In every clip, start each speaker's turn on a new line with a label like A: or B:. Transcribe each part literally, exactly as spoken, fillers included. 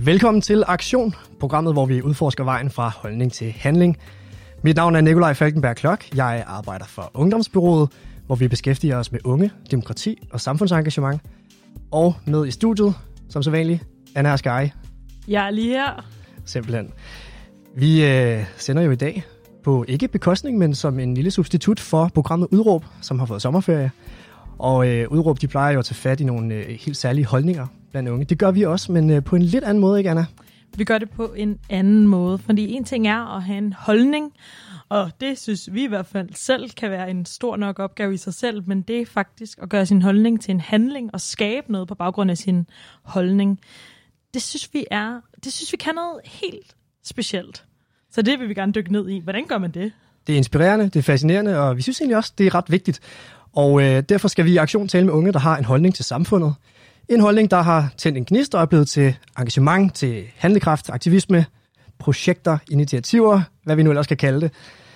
A: Velkommen til Aktion, programmet, hvor vi udforsker vejen fra holdning til handling. Mit navn er Nikolaj Falkenberg Klok. Jeg arbejder for Ungdomsbureauet, hvor vi beskæftiger os med unge, demokrati og samfundsengagement. Og med i studiet, som så vanligt, Anna Askai.
B: Jeg er lige her.
A: Simpelthen. Vi øh, sender jo i dag på ikke bekostning, men som en lille substitut for programmet Udråb, som har fået sommerferie. Og øh, Udråb, de plejer jo at tage fat i nogle øh, helt særlige holdninger blandt unge. Det gør vi også, men øh, på en lidt anden måde, ikke Anna?
B: Vi gør det på en anden måde, fordi en ting er at have en holdning, og det synes vi i hvert fald selv kan være en stor nok opgave i sig selv, men det er faktisk at gøre sin holdning til en handling og skabe noget på baggrund af sin holdning. Det synes vi er, det synes vi kan noget helt specielt. Så det vil vi gerne dykke ned i. Hvordan gør man det?
A: Det er inspirerende, det er fascinerende, og vi synes egentlig også, det er ret vigtigt. Og øh, derfor skal vi i Aktion tale med unge, der har en holdning til samfundet. En holdning, der har tændt en gnist og er blevet til engagement, til handlekraft, aktivisme, projekter, initiativer, hvad vi nu ellers skal kalde det.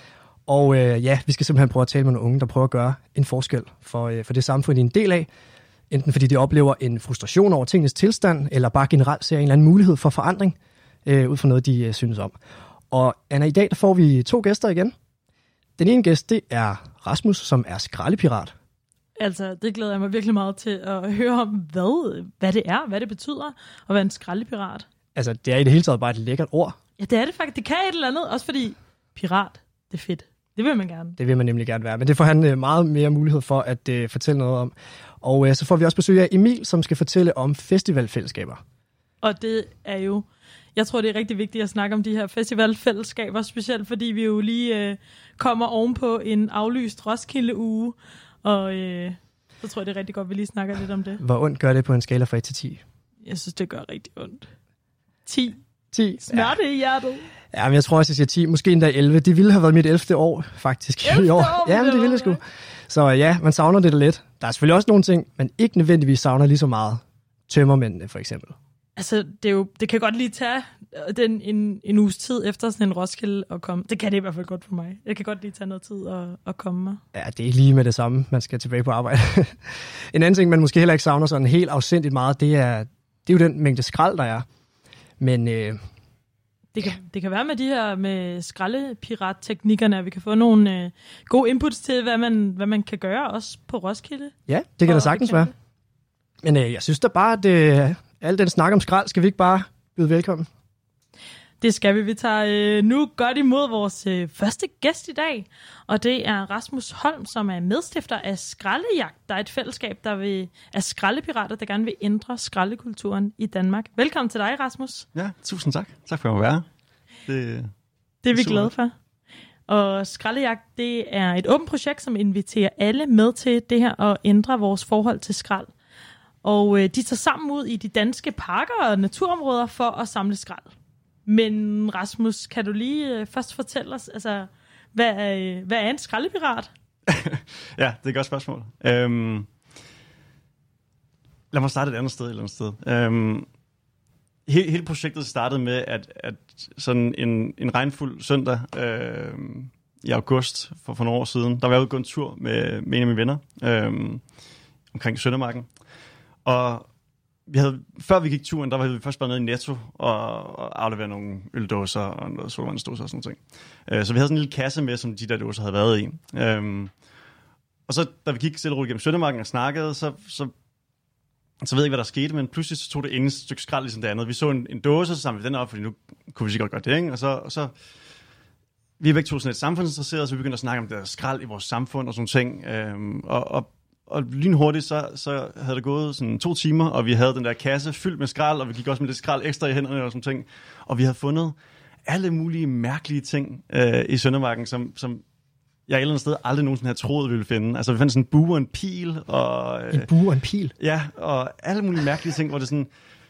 A: Og øh, ja, vi skal simpelthen prøve at tale med nogle unge, der prøver at gøre en forskel for, øh, for det samfund, de er en del af. Enten fordi de oplever en frustration over tingenes tilstand, eller bare generelt ser en eller anden mulighed for forandring, øh, ud fra noget, de øh, synes om. Og Anna, i dag der får vi to gæster igen. Den ene gæst, det er Rasmus, som er skraldepirat.
B: Altså, det glæder jeg mig virkelig meget til at høre om, hvad, hvad det er, hvad det betyder at være en skraldepirat.
A: Altså, det er i det hele taget bare et lækkert ord.
B: Ja, det er det faktisk. Det kan et eller andet, også fordi pirat, det er fedt. Det vil man gerne.
A: Det vil man nemlig gerne være, men det får han meget mere mulighed for at uh, fortælle noget om. Og uh, så får vi også besøg af Emil, som skal fortælle om festivalfællesskaber.
B: Og det er jo, jeg tror, det er rigtig vigtigt at snakke om de her festivalfællesskaber, specielt fordi vi jo lige uh, kommer ovenpå en aflyst Roskilde-uge, og øh, så tror jeg, det er rigtig godt, at vi lige snakker lidt om det.
A: Hvor ondt gør det på en skala fra et til ti?
B: Jeg synes, det gør rigtig ondt. ti.
A: ti?
B: Smerte ja. I hjertet.
A: Ja, men jeg tror også, jeg siger ti. Måske endda elleve. Det ville have været mit ellevte år, faktisk.
B: ellevte
A: i år.
B: år?
A: Ja, men det ville jeg sgu. Så ja, man savner det lidt. Der er selvfølgelig også nogle ting, man ikke nødvendigvis savner lige så meget. Tømmermændene, for eksempel. Altså,
B: det, er jo, det kan godt lige tage den en, en uges tid efter sådan en Roskilde at komme. Det kan det i hvert fald godt for mig. Det kan godt lige tage noget tid at, at komme mig.
A: Ja, det er ikke lige med det samme, man skal tilbage på arbejde. En anden ting, man måske heller ikke savner sådan helt afsindigt meget, det er, det er jo den mængde skrald, der er. Men øh,
B: det, kan, det kan være med de her med skraldepirat-teknikkerne, at vi kan få nogle øh, gode inputs til, hvad man, hvad man kan gøre også på Roskilde.
A: Ja, det kan da sagtens være. Men øh, jeg synes da bare, at øh, al den snak om skrald, skal vi ikke bare byde velkommen?
B: Det skal vi. Vi tager øh, nu godt imod vores øh, første gæst i dag, og det er Rasmus Holm, som er medstifter af Skraldejagt. Der er et fællesskab, der vil, er skraldepirater, der gerne vil ændre skraldekulturen i Danmark. Velkommen til dig, Rasmus.
C: Ja, tusind tak. Tak for at være. Det,
B: det er vi glade for. Og Skraldejagt, det er et åbent projekt, som inviterer alle med til det her at ændre vores forhold til skrald. Og øh, de tager sammen ud i de danske parker og naturområder for at samle skrald. Men Rasmus, kan du lige øh, først fortælle os, altså, hvad, er, hvad er en skraldepirat?
C: Ja, det er et godt spørgsmål. Øhm, lad mig starte et andet sted. Et eller andet sted. Øhm, hele, hele projektet startede med, at, at sådan en, en regnfuld søndag øh, i august for, for nogle år siden, der var jeg ude og gå en tur med, med en af mine venner øh, omkring Søndermarken. Og vi havde, før vi gik turen, der var vi først bare nede i Netto og, og afleverede nogle øldåser og noget sodavandsdåser og sådan noget. Uh, så vi havde sådan en lille kasse med, som de der dåser havde været i. Um, og så, da vi gik stille og roligt gennem Søndermarken og snakkede, så, så, så ved jeg ikke, hvad der skete, men pludselig så tog det ene stykke skrald ligesom det andet. Vi så en, en dåse, så samlede vi den op, fordi nu kunne vi sikkert godt gøre det, ikke? Og så, og så vi er begge to sådan lidt samfundsinteresserede, så vi begyndte at snakke om det der skrald i vores samfund og sådan ting. Um, og, og Og lynhurtigt, så, så havde det gået sådan to timer, og vi havde den der kasse fyldt med skrald, og vi gik også med lidt skrald ekstra i hænderne og sådan ting. Og vi havde fundet alle mulige mærkelige ting øh, i Søndermarken, som, som jeg et eller andet sted aldrig nogensinde havde troet, vi ville finde. Altså vi fandt sådan en bue og en pil. Og, øh,
A: en bue og en pil?
C: Ja, og alle mulige mærkelige ting, hvor det sådan...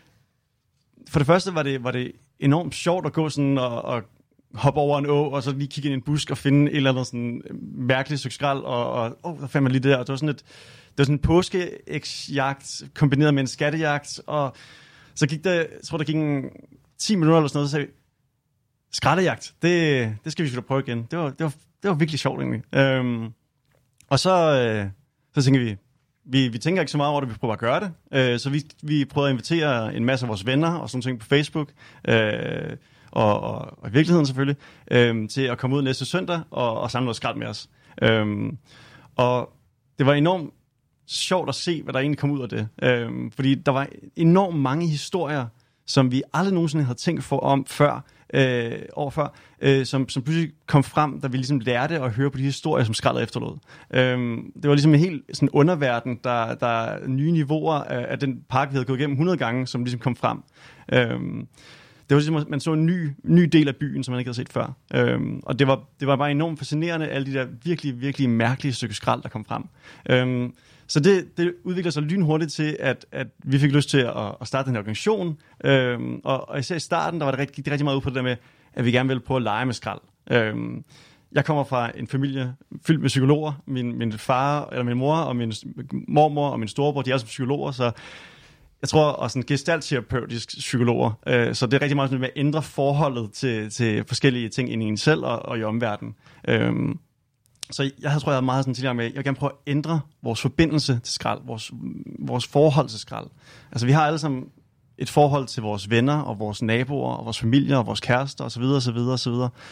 C: For det første var det, var det enormt sjovt at gå sådan og... og hoppe over en å, og så lige kigge ind i en busk og finde et eller andet sådan mærkeligt stykke skrald, og, og oh, der fandt man lige det der. Det var sådan et, det var sådan en påskeægsjagt kombineret med en skattejagt, og så gik der, jeg tror der gik en ti minutter eller sådan noget, og så sagde vi, skraldejagt, det, det skal vi skulle prøve igen. Det var, det var, det var virkelig sjovt egentlig. Øhm, og så, øh, så tænkte vi, vi, vi tænker ikke så meget over det, vi prøver at gøre det. Øh, så vi, vi prøver at invitere en masse af vores venner og sådan ting på Facebook, øh, og, og, og i virkeligheden selvfølgelig, øh, til at komme ud næste søndag og, og samle noget skrald med os. Øh, og det var enormt sjovt at se, hvad der egentlig kom ud af det. Øh, fordi der var enormt mange historier, som vi aldrig nogensinde havde tænkt for om før, øh, år før, øh, som, som pludselig kom frem, da vi ligesom lærte at høre på de historier, som skraldet efterlod. Øh, det var ligesom en helt sådan underverden, der, der er nye niveauer af, af den park, vi havde gået igennem hundrede gange, som ligesom kom frem. Øh, det var ligesom, man så en ny, ny del af byen, som man ikke havde set før. Øh, og det var, det var bare enormt fascinerende, alle de der virkelig, virkelig mærkelige stykker skrald, der kom frem. Øh, Så det, det udvikler sig lynhurtigt til, at, at vi fik lyst til at, at starte den her organisation. Øhm, og, og især i starten, der var det rigtig, gik det rigtig meget ud på det der med, at vi gerne ville prøve at lege med skrald. Øhm, jeg kommer fra en familie fyldt med psykologer. Min, min far, eller min mor, og min mormor og min storebror, de er også psykologer, så jeg tror også sådan gestaltterapeutisk psykologer. Øh, så det er rigtig meget sådan med at ændre forholdet til, til forskellige ting inde i en selv og, og i omverdenen. Øhm, Så jeg tror, jeg havde meget sådan tilgang med, jeg vil gerne prøve at ændre vores forbindelse til skrald, vores, vores forhold til skrald. Altså vi har alle sammen et forhold til vores venner og vores naboer og vores familier og vores kærester osv. osv. osv.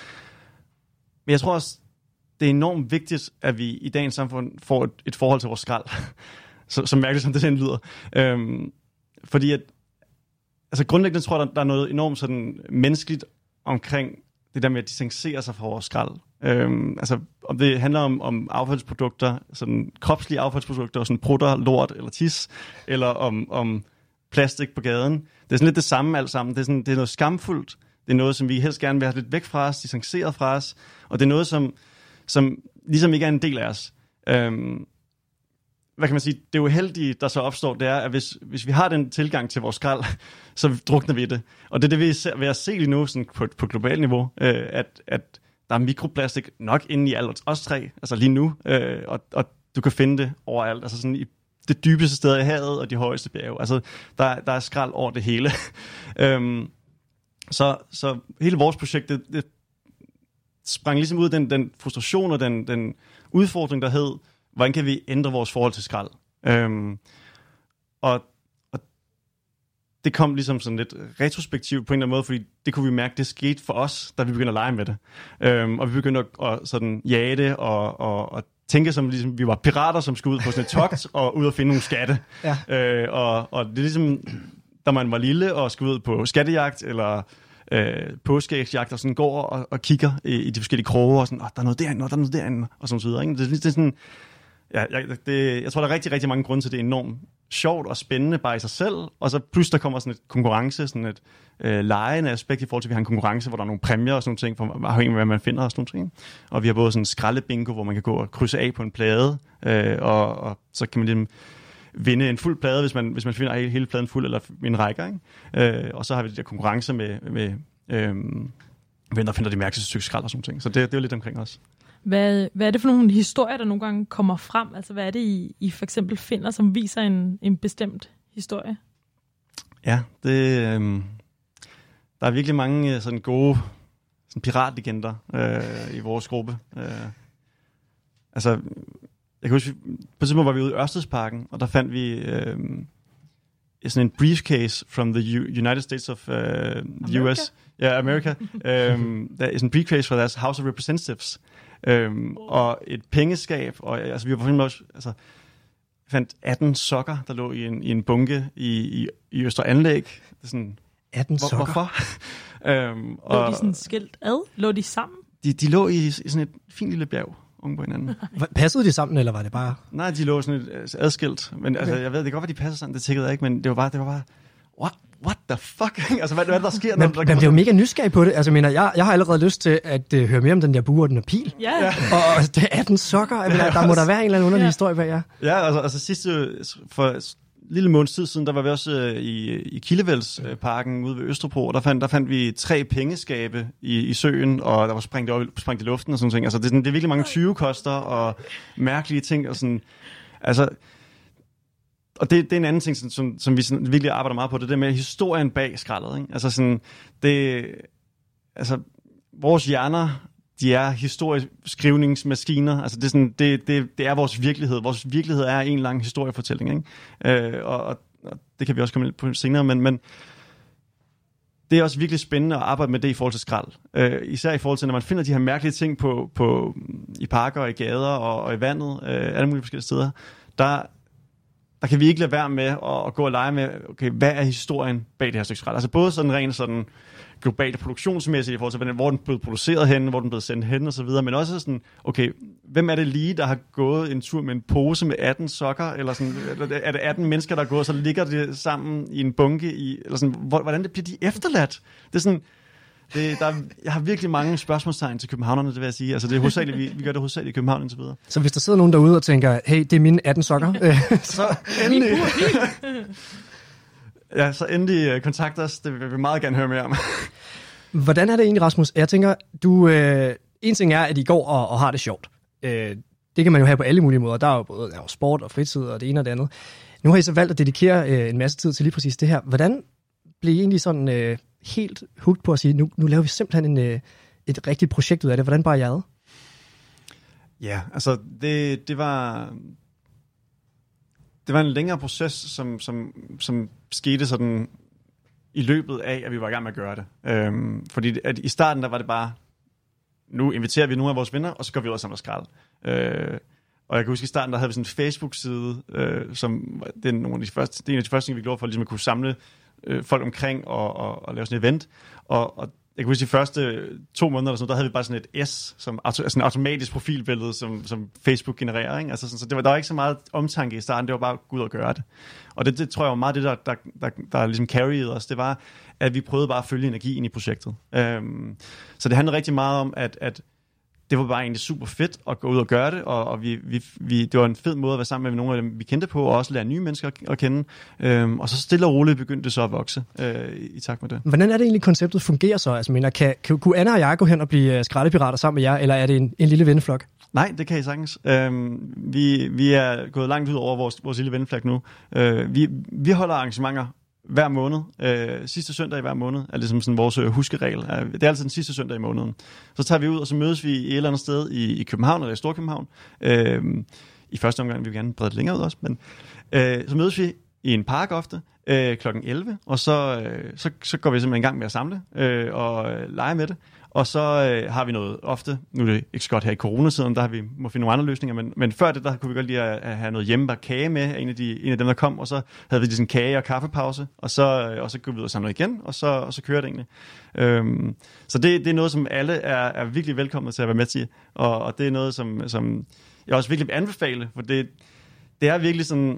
C: Men jeg tror også, det er enormt vigtigt, at vi i dagens samfund får et, et forhold til vores skrald. så, så mærkeligt som det sådan lyder. Øhm, fordi at, altså grundlæggende tror jeg, der, der er noget enormt sådan menneskeligt omkring det der med at distancere sig fra vores skrald. Øhm, altså om det handler om, om affaldsprodukter, sådan kropslige affaldsprodukter, sådan prutter, lort eller tis, eller om, om plastik på gaden. Det er sådan lidt det samme alt sammen. Det er, sådan, det er noget skamfuldt. Det er noget, som vi helst gerne vil have lidt væk fra os, distanceret fra os. Og det er noget, som, som ligesom ikke er en del af os. Øhm, hvad kan man sige? Det uheldige, der så opstår, det er, at hvis, hvis vi har den tilgang til vores skrald, så drukner vi det. Og det er det, vi er ved at se lige nu sådan på, på globalt niveau, øh, at, at der er mikroplastik nok inde i alt os tre, altså lige nu, øh, og, og du kan finde det overalt, altså sådan i det dybeste sted i havet og de højeste bjerge. Altså der, der er skrald over det hele. øhm, så, så hele vores projekt, det, det sprang ligesom ud af den, den frustration og den, den udfordring, der hed, hvordan kan vi ændre vores forhold til skrald? Øhm, og, og det kom ligesom sådan lidt retrospektivt på en eller anden måde, fordi det kunne vi mærke, det skete for os, da vi begyndte at lege med det. Øhm, og vi begyndte at, at sådan jage det og, og, og tænke som ligesom, vi var pirater, som skulle ud på sådan et togt og ud og finde nogle skatte. Ja. Øh, og, og det er ligesom, da man var lille og skulle ud på skattejagt eller øh, påskeægsjagt og sådan går og, og kigger i, i de forskellige kroge og sådan, åh, der er noget derinde, og der er noget derinde, og sådan så videre. Ikke? Det, det er sådan, ja, jeg, det, jeg tror, der er rigtig, rigtig mange grunde til, det er enormt sjovt og spændende bare i sig selv, og så pludselig der kommer sådan et konkurrence, sådan et øh, legende aspekt i forhold til, at vi har en konkurrence, hvor der er nogle præmier og sådan nogle ting, for afhængig af, hvad man finder og sådan nogle ting. Og vi har både sådan en skraldebingo, hvor man kan gå og krydse af på en plade, øh, og, og så kan man ligesom vinde en fuld plade, hvis man, hvis man finder hele pladen fuld, eller en række. Ikke? Øh, og så har vi de der konkurrencer med, med øh, hvem der finder de mærkeligste stykke skrald og sådan ting. Så det, det er jo lidt omkring os.
B: Hvad, hvad er det for nogle historier, der nogle gange kommer frem? Altså, hvad er det, I, I for eksempel finder, som viser en, en bestemt historie?
C: Ja, det, øh, der er virkelig mange sådan gode sådan piratlegender øh, i vores gruppe. Øh, altså, jeg kan huske, på et tidspunkt var vi ude i Ørstedsparken, og der fandt vi øh, sådan en briefcase from the United States of uh, U S. Ja, yeah, America. um, der er sådan en briefcase fra deres House of Representatives. Um, oh. Og et pengeskab, og altså, vi var også, altså, fandt atten sokker, der lå i en, i en bunke i, i, i Østre Anlæg. Det er sådan,
A: atten
C: hvor,
A: sokker?
C: Hvorfor? um,
B: lå og, de sådan skilt ad? Lå de sammen?
C: De, de lå i, i sådan et fint lille bjerg oven på hinanden.
A: Passede de sammen, eller var det bare...
C: Nej, de lå sådan et adskilt. Men okay. Altså, jeg ved, det kan godt være, de passer sammen, det tækkede jeg ikke, men det var bare, det var bare, what, what the fuck? altså, hvad, hvad der sker?
A: Men,
C: når, der
A: man bliver jo mega nysgerrig på det. Altså, mener, jeg, jeg har allerede lyst til at uh, høre mere om den der bue og den der pil.
B: Ja. Yeah.
A: Og, og det er atten sokker. Jeg mener, der må der være en eller anden underlig yeah. historie bag jer.
C: Ja, altså, altså sidste, for lille måneds tid siden, der var vi også øh, i, i Kildevældsparken ude ved Østerbro, og der fandt, der fandt vi tre pengeskabe i, i søen, og der var sprængt, op, sprængt i luften og sådan ting. Altså, det, er sådan, det er virkelig mange tyvekoster og mærkelige ting. Og sådan, altså, og det, det er en anden ting, som, som vi sådan, virkelig arbejder meget på, det der med historien bag skraldet. Ikke? Altså sådan, det, altså, vores hjerner de er historieskrivningsmaskiner. Altså det er, sådan, det, det, det er vores virkelighed. Vores virkelighed er en lang historiefortælling, ikke? Øh, og, og, og det kan vi også komme lidt på senere, men, men det er også virkelig spændende at arbejde med det i forhold til skrald. Øh, især i forhold til, når man finder de her mærkelige ting på, på, i parker og i gader og, og i vandet, øh, alle mulige forskellige steder, der, der kan vi ikke lade være med at, at gå og lege med, okay, hvad er historien bag det her stykke skrald? Altså både sådan rent sådan globalt produktionsmæssigt i forhold til, hvor den blev produceret hen, hvor den blev sendt hen og så videre, men også sådan, okay, hvem er det lige, der har gået en tur med en pose med atten sokker, eller sådan, er det atten mennesker, der er gået, og så ligger det sammen i en bunke, i, eller sådan, hvordan det bliver de efterladt? Det er sådan, det, der er, jeg har virkelig mange spørgsmålstegn til københavnerne, det vil jeg sige. Altså det er hovedsageligt, vi, vi gør det hovedsageligt i København og så videre.
A: Så hvis der sidder nogen derude og tænker, hey, det er mine atten sokker,
C: så endelig... Ja, så endelig kontakt os. Det vil vi meget gerne høre mere om.
A: Hvordan er det egentlig, Rasmus? Jeg tænker, du, øh, en ting er, at I går og, og har det sjovt. Øh, det kan man jo have på alle mulige måder. Der er jo både der er jo sport og fritid og det ene og det andet. Nu har I så valgt at dedikere øh, en masse tid til lige præcis det her. Hvordan blev I egentlig sådan øh, helt hooked på at sige, nu, nu laver vi simpelthen en, øh, et rigtigt projekt ud af det? Hvordan bare jeg?
C: Ja, altså det, det var... Det var en længere proces, som, som, som skete sådan i løbet af, at vi var i gang med at gøre det. Øhm, fordi at i starten, der var det bare, nu inviterer vi nogle af vores venner, og så går vi ud og samler skrald. Øh, og jeg kan huske, i starten, der havde vi sådan en Facebook-side, øh, som det er, nogle af de første, det er en af de første ting, vi gjorde for ligesom at kunne samle øh, folk omkring og, og, og lave sådan et event. Og, og jeg kan huske, de første to måneder, eller sådan, der havde vi bare sådan et S, som auto, sådan et automatisk profilbillede, som, som Facebook genererer. Ikke? Altså sådan, så det var, der var ikke så meget omtanke i starten, det var bare at gå ud og gøre det. Og det, det tror jeg var meget det, der, der, der, der ligesom carried os, det var, at vi prøvede bare at følge energien i projektet. Øhm, så det handlede rigtig meget om, at, at det var bare egentlig super fedt at gå ud og gøre det, og, og vi, vi, vi, det var en fed måde at være sammen med nogle af dem, vi kendte på, og også lære nye mennesker at, at kende. Øhm, og så stille og roligt begyndte det så at vokse øh, i takt med det.
A: Hvordan er det egentlig, konceptet fungerer så? Altså, mener, kan, kan, kunne Anna og jeg gå hen og blive skraldepirater sammen med jer, eller er det en, en lille venneflok?
C: Nej, det kan I sagtens. Øhm, vi, vi er gået langt ud over vores, vores lille venneflok nu. Øh, vi, vi holder arrangementer hver måned. Øh, sidste søndag i hver måned er ligesom sådan vores huskeregel. Det er altid den sidste søndag i måneden. Så tager vi ud, og så mødes vi i et eller andet sted i, i København eller i Storkøbenhavn. Øh, I første omgang vil vi gerne brede det længere ud også, men øh, så mødes vi i en park ofte øh, klokken elleve, og så, øh, så, så går vi simpelthen i gang med at samle øh, og øh, lege med det. Og så øh, har vi noget ofte, nu er det ikke så godt her i coronatiden, der har vi må finde nogle andre løsninger, men, men før det, der kunne vi godt lide at, at have noget hjemmebagt kage med, en af, de, en af dem, der kom, og så havde vi sådan kage og kaffepause, og så, øh, og så går vi ud og samler igen, og så, og så kører det egentlig. Øhm, så det, det er noget, som alle er, er virkelig velkomne til at være med til, og, og det er noget, som, som jeg også virkelig vil anbefale, for det, det er virkelig sådan,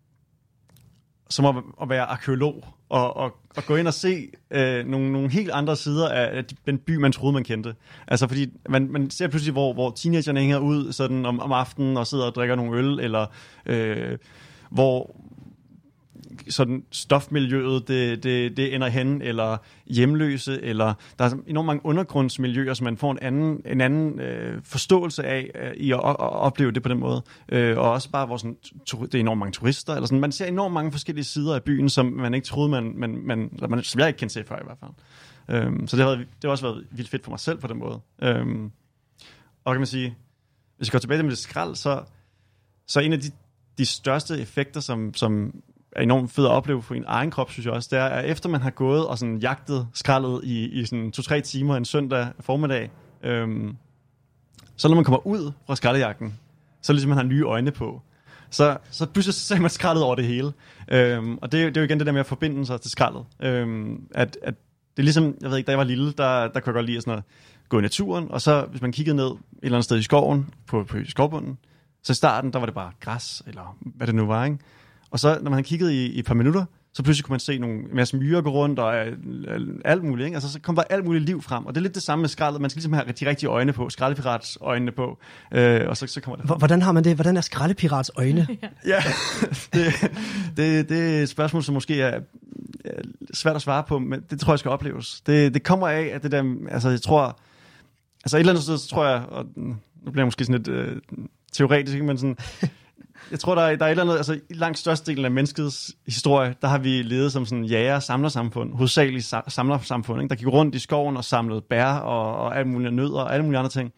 C: som at, at være arkeolog, og, og, og gå ind og se øh, nogle, nogle helt andre sider af, af den by, man troede, man kendte. Altså fordi man, man ser pludselig, hvor, hvor teenagerne hænger ud sådan om, om aftenen og sidder og drikker nogle øl, eller øh, hvor sådan stofmiljøet det, det, det ender hen, eller hjemløse, eller der er enormt mange undergrundsmiljøer, så man får en anden, en anden øh, forståelse af øh, i at, at opleve det på den måde. Øh, og også bare, hvor sådan, to, det er enormt mange turister, eller sådan. Man ser enormt mange forskellige sider af byen, som man ikke troede, man, man, man, man som jeg ikke kendte til før i hvert fald. Øh, så det har, det har også været vildt fedt for mig selv på den måde. Øh, og kan man sige, hvis jeg går tilbage med det skrald, så, så en af de, de største effekter, som, som er enormt fedt at opleve for en egen krop, synes jeg også, det er, at efter man har gået og sådan jagtet skraldet i, i sådan to-tre timer en søndag formiddag, øhm, så når man kommer ud fra skraldejagten, så ligesom man har nye øjne på, så, så pludselig så ser man skraldet over det hele. Øhm, og det, det er jo igen det der med at forbinde sig til skraldet. Øhm, at, at det er ligesom, jeg ved ikke, da jeg var lille, der, der kunne jeg godt lide at sådan at gå i naturen, og så hvis man kiggede ned et eller andet sted i skoven, på, på skovbunden, så i starten, der var det bare græs, eller hvad det nu var, ikke? Og så, når man havde kigget i, i et par minutter, så pludselig kunne man se nogle en masse myrer gå rundt, og alt muligt, ikke? Altså, så kom der alt muligt liv frem. Og det er lidt det samme med skraldet. Man skal ligesom have de rigtige øjne på, skraldepirats øjnene på, øh, og så, så kommer det frem.
A: Hvordan har man det? Hvordan er skraldepirats øjne?
C: Ja, det, det, det er et spørgsmål, som måske er svært at svare på, men det tror jeg skal opleves. Det, det kommer af, at det der, altså jeg tror, altså et eller andet sted, så tror jeg, og nu bliver jeg måske sådan lidt øh, teoretisk, men sådan, jeg tror, der er, der er et eller andet, altså i langt størstedelen af menneskets historie, der har vi levet som sådan jæger-samlersamfund, hovedsageligt samlersamfund, ikke? Der gik rundt i skoven og samlede bær og, og alle mulige nødder og alle mulige andre ting.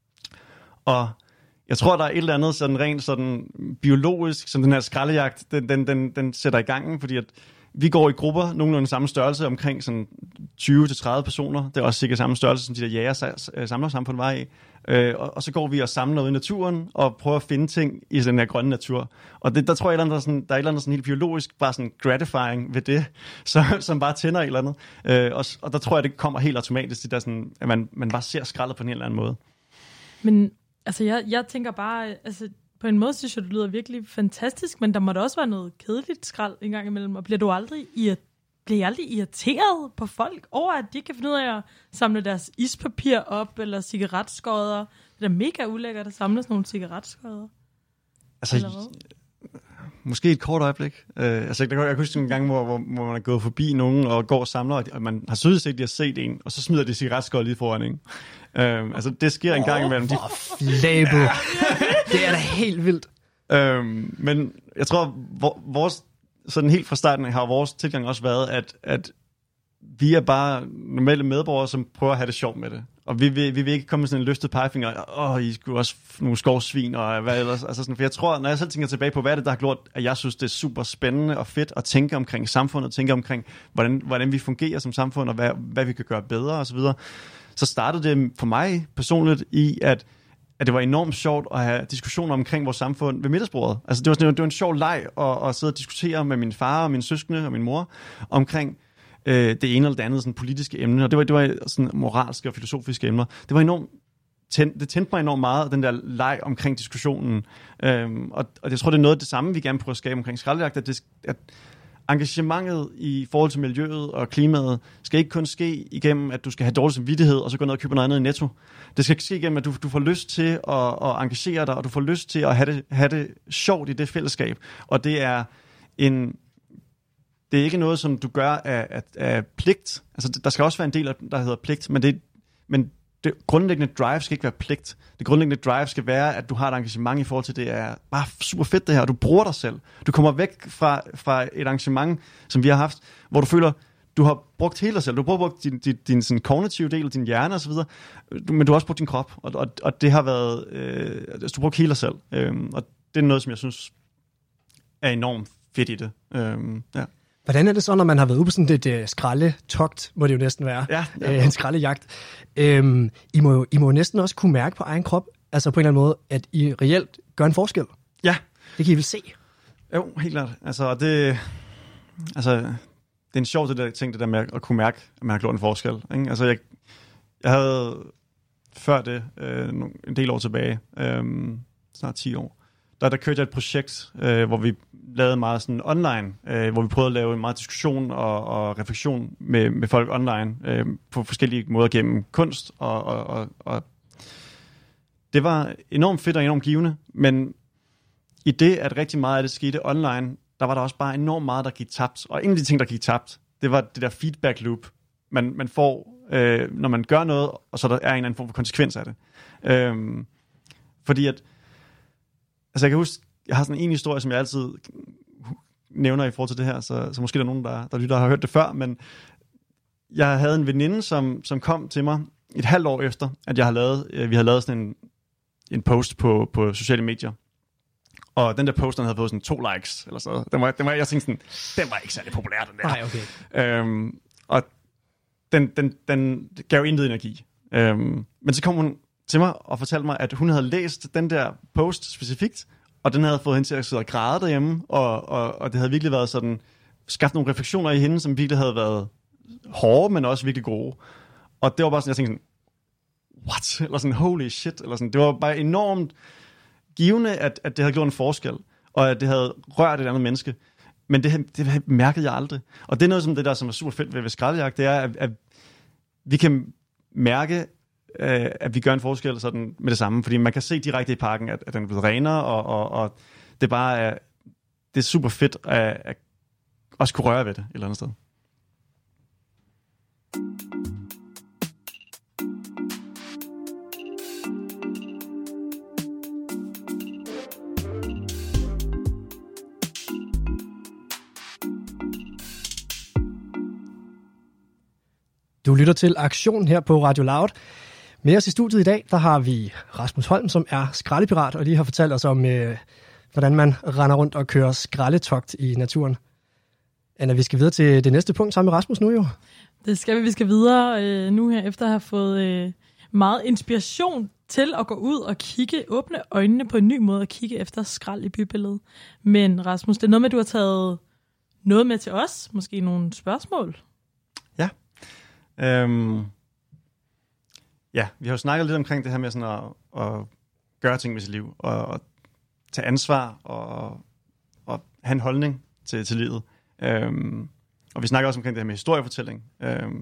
C: Og jeg tror, der er et eller andet sådan rent sådan biologisk, som den her skraldejagt, den, den, den, den sætter i gang, fordi at vi går i grupper, nogenlunde samme størrelse, omkring sådan tyve til tredive personer. Det er også sikkert samme størrelse, som de der jæger-samlersamfund var i. Øh, og, og så går vi og samler ud i naturen, og prøver at finde ting i den her grønne natur. Og det, der tror jeg, der er, sådan, der er et eller andet sådan helt biologisk, bare sådan gratifying ved det, så, som bare tænder et eller andet. Øh, og, og der tror jeg, det kommer helt automatisk, det der sådan, at man, man bare ser skraldet på en eller anden måde.
B: Men altså, jeg, jeg tænker bare, altså, på en måde synes jeg, det lyder virkelig fantastisk, men der må da også være noget kedeligt skrald en gang imellem, og bliver du aldrig, irri- bliver I aldrig irriteret på folk over, at de kan finde ud af at samle deres ispapir op, eller cigaretskodder? Det er da mega ulækkert at samle sådan nogle cigaretskodder.
C: Altså, måske et kort øjeblik. Uh, altså, jeg, jeg kan huske en gang, hvor, hvor, hvor man er gået forbi nogen og går og samler, og man har sødt set, de har set en, og så smider de cigaretskod lige foran en. Uh, altså, det sker en gang imellem.
A: Åh, for flabet. Det er da helt vildt.
C: Uh, men jeg tror, hvor, vores, sådan helt fra starten har vores tilgang også været, at, at vi er bare normale medborgere, som prøver at have det sjovt med det. Og vi vil, vi vil ikke komme med sådan en løftet pegefinger, åh, I skulle også nogle skovsvin, og hvad ellers. Altså sådan, for jeg tror, når jeg selv tænker tilbage på, hvad er det, der har gjort, at jeg synes, det er super spændende og fedt at tænke omkring samfundet, tænke omkring, hvordan, hvordan vi fungerer som samfund, og hvad, hvad vi kan gøre bedre osv., så startede det for mig personligt i, at, at det var enormt sjovt at have diskussioner omkring vores samfund ved middagsbordet. Altså det var, sådan, det var en sjov leg at, at sidde og diskutere med min far og mine søskende og min mor omkring det ene eller det andet sådan politiske emne, og det var, det var sådan moralske og filosofiske emner. Det var enormt tænd, det tændte mig enormt meget, den der leg omkring diskussionen. Øhm, og, og jeg tror, det er noget af det samme, vi gerne prøver at skabe omkring skraldejagt, at, det, at engagementet i forhold til miljøet og klimaet skal ikke kun ske igennem, at du skal have dårlig samvittighed, og så gå ned og købe noget andet i Netto. Det skal ske igennem, at du, du får lyst til at, at engagere dig, og du får lyst til at have det, have det sjovt i det fællesskab. Og det er en... Det er ikke noget, som du gør af, af, af pligt. Altså, der skal også være en del, der hedder pligt, men det, men det grundlæggende drive skal ikke være pligt. Det grundlæggende drive skal være, at du har et engagement i forhold til, det er bare super fedt det her, og du bruger dig selv. Du kommer væk fra, fra et engagement, som vi har haft, hvor du føler, du har brugt hele dig selv. Du har brugt din, din, din sådan kognitive del, din hjerne osv., men du har også brugt din krop, og, og, og det har været, øh, altså, du har brugt hele dig selv. Øh, og det er noget, som jeg synes er enormt fedt i det. Øh, ja.
A: Hvordan er det så, når man har været ude på sådan et uh, skraldetogt, må det jo næsten være,
C: ja, ja.
A: Uh, en skraldejagt? Øhm, I, må jo, I må jo næsten også kunne mærke på egen krop, altså på en eller anden måde, at I reelt gør en forskel.
C: Ja.
A: Det kan I vel se?
C: Jo, helt klart. Altså, det, altså, det er en sjov det der ting, det der med at kunne mærke, at man har gjort en forskel. Ikke? Altså, jeg, jeg havde før det, øh, en del år tilbage, øh, snart ti år, der, der kørte jeg et projekt, øh, hvor vi lavede meget sådan online, øh, hvor vi prøvede at lave en meget diskussion og, og refleksion med, med folk online øh, på forskellige måder gennem kunst, og, og, og, og det var enormt fedt og enormt givende, men i det, at rigtig meget af det skete online, der var der også bare enormt meget, der gik tabt, og en af de ting, der gik tabt, det var det der feedback loop, man, man får, øh, når man gør noget, og så der er en eller anden form for konsekvens af det. Øh, fordi at altså jeg kan huske, jeg har sådan en historie, som jeg altid nævner i forhold til det her, så, så måske der er nogen, der, der lytter og har hørt det før, men jeg havde en veninde, som, som kom til mig et halvt år efter, at jeg havde lavet, vi havde lavet sådan en, en post på, på sociale medier. Og den der post, den havde fået sådan to likes, eller sådan noget. Den var, den var, jeg tænkte sådan, den var ikke særlig populær, den der.
A: Nej, okay.
C: Øhm, og den, den, den gav intet energi. Øhm, men så kom hun til mig og fortalte mig, at hun havde læst den der post specifikt, og den havde fået hende til at sidde og græde derhjemme, og, og, og det havde virkelig været sådan, skabt nogle refleksioner i hende, som virkelig havde været hårde, men også virkelig gode. Og det var bare sådan, jeg tænkte sådan, what? Eller sådan, holy shit. Eller sådan. Det var bare enormt givende, at, at det havde gjort en forskel, og at det havde rørt et andet menneske. Men det, det mærkede jeg aldrig. Og det er noget som det der, som er super fedt ved, ved skraldejagt, det er, at, at vi kan mærke, at vi gør en forskel sådan med det samme, fordi man kan se direkte i parken, at, at den er blevet renere, og, og, og det er bare er, det er super fedt at, at også kunne røre ved det et eller andet sted.
A: Du lytter til Aktion her på Radio Loud. Med os i studiet i dag, der har vi Rasmus Holm, som er skraldepirat, og lige har fortalt os om, øh, hvordan man render rundt og kører skraldetogt i naturen. Anna, vi skal videre til det næste punkt sammen med Rasmus nu jo.
B: Det skal vi. Vi skal videre øh, nu her, efter at have fået øh, meget inspiration til at gå ud og kigge, åbne øjnene på en ny måde og kigge efter skrald i bybilledet. Men Rasmus, det er noget med, at du har taget noget med til os. Måske nogle spørgsmål?
C: Ja. Øhm, ja, vi har jo snakket lidt omkring det her med sådan at, at gøre ting med sit liv, og at tage ansvar og, og have en holdning til, til livet. Øhm, og vi snakker også omkring det her med historiefortælling. Øhm,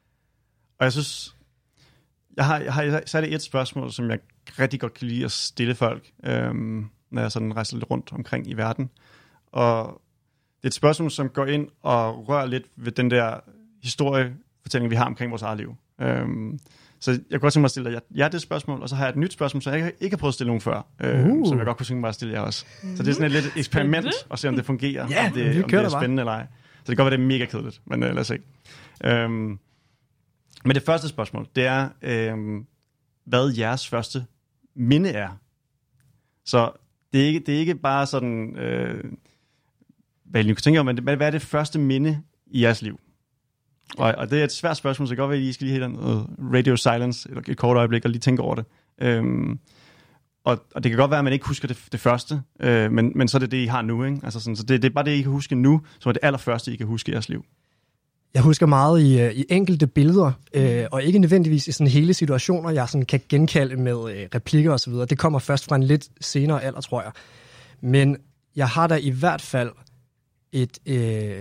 C: og jeg synes, jeg har, jeg har særligt et spørgsmål, som jeg rigtig godt kan lide at stille folk, øhm, når jeg sådan rejser lidt rundt omkring i verden. Og det er et spørgsmål, som går ind og rører lidt ved den der historiefortælling, vi har omkring vores eget liv. Øhm, så jeg kunne godt tænke mig at stille jer ja, det spørgsmål, og så har jeg et nyt spørgsmål, som jeg ikke har prøvet at stille nogen før, øh, uh. som jeg godt kunne tænke mig at stille jer også. Så det er sådan et lidt eksperiment, og se om det fungerer,
A: ja,
C: om det, om det er spændende eller ej. Så det kan godt være, det er mega kedeligt, men uh, lad os se. Øhm, men det første spørgsmål, det er, øhm, hvad jeres første minde er. Så det er ikke, det er ikke bare sådan, øh, hvad I kan tænke om, men hvad er det første minde i jeres liv? Og, og det er et svært spørgsmål, så det kan godt være, at I skal lige have noget radio silence et kort øjeblik og lige tænke over det. Øhm, og, og det kan godt være, at man ikke husker det, det første, øh, men, men så er det det, I har nu. Ikke? Altså sådan, så det, det er bare det, I kan huske nu, som er det allerførste, I kan huske i jeres liv.
A: Jeg husker meget i, i enkelte billeder, øh, og ikke nødvendigvis i sådan hele situationer, jeg sådan kan genkalde med øh, replikker og så videre. Det kommer først fra en lidt senere alder, tror jeg. Men jeg har da i hvert fald et, øh,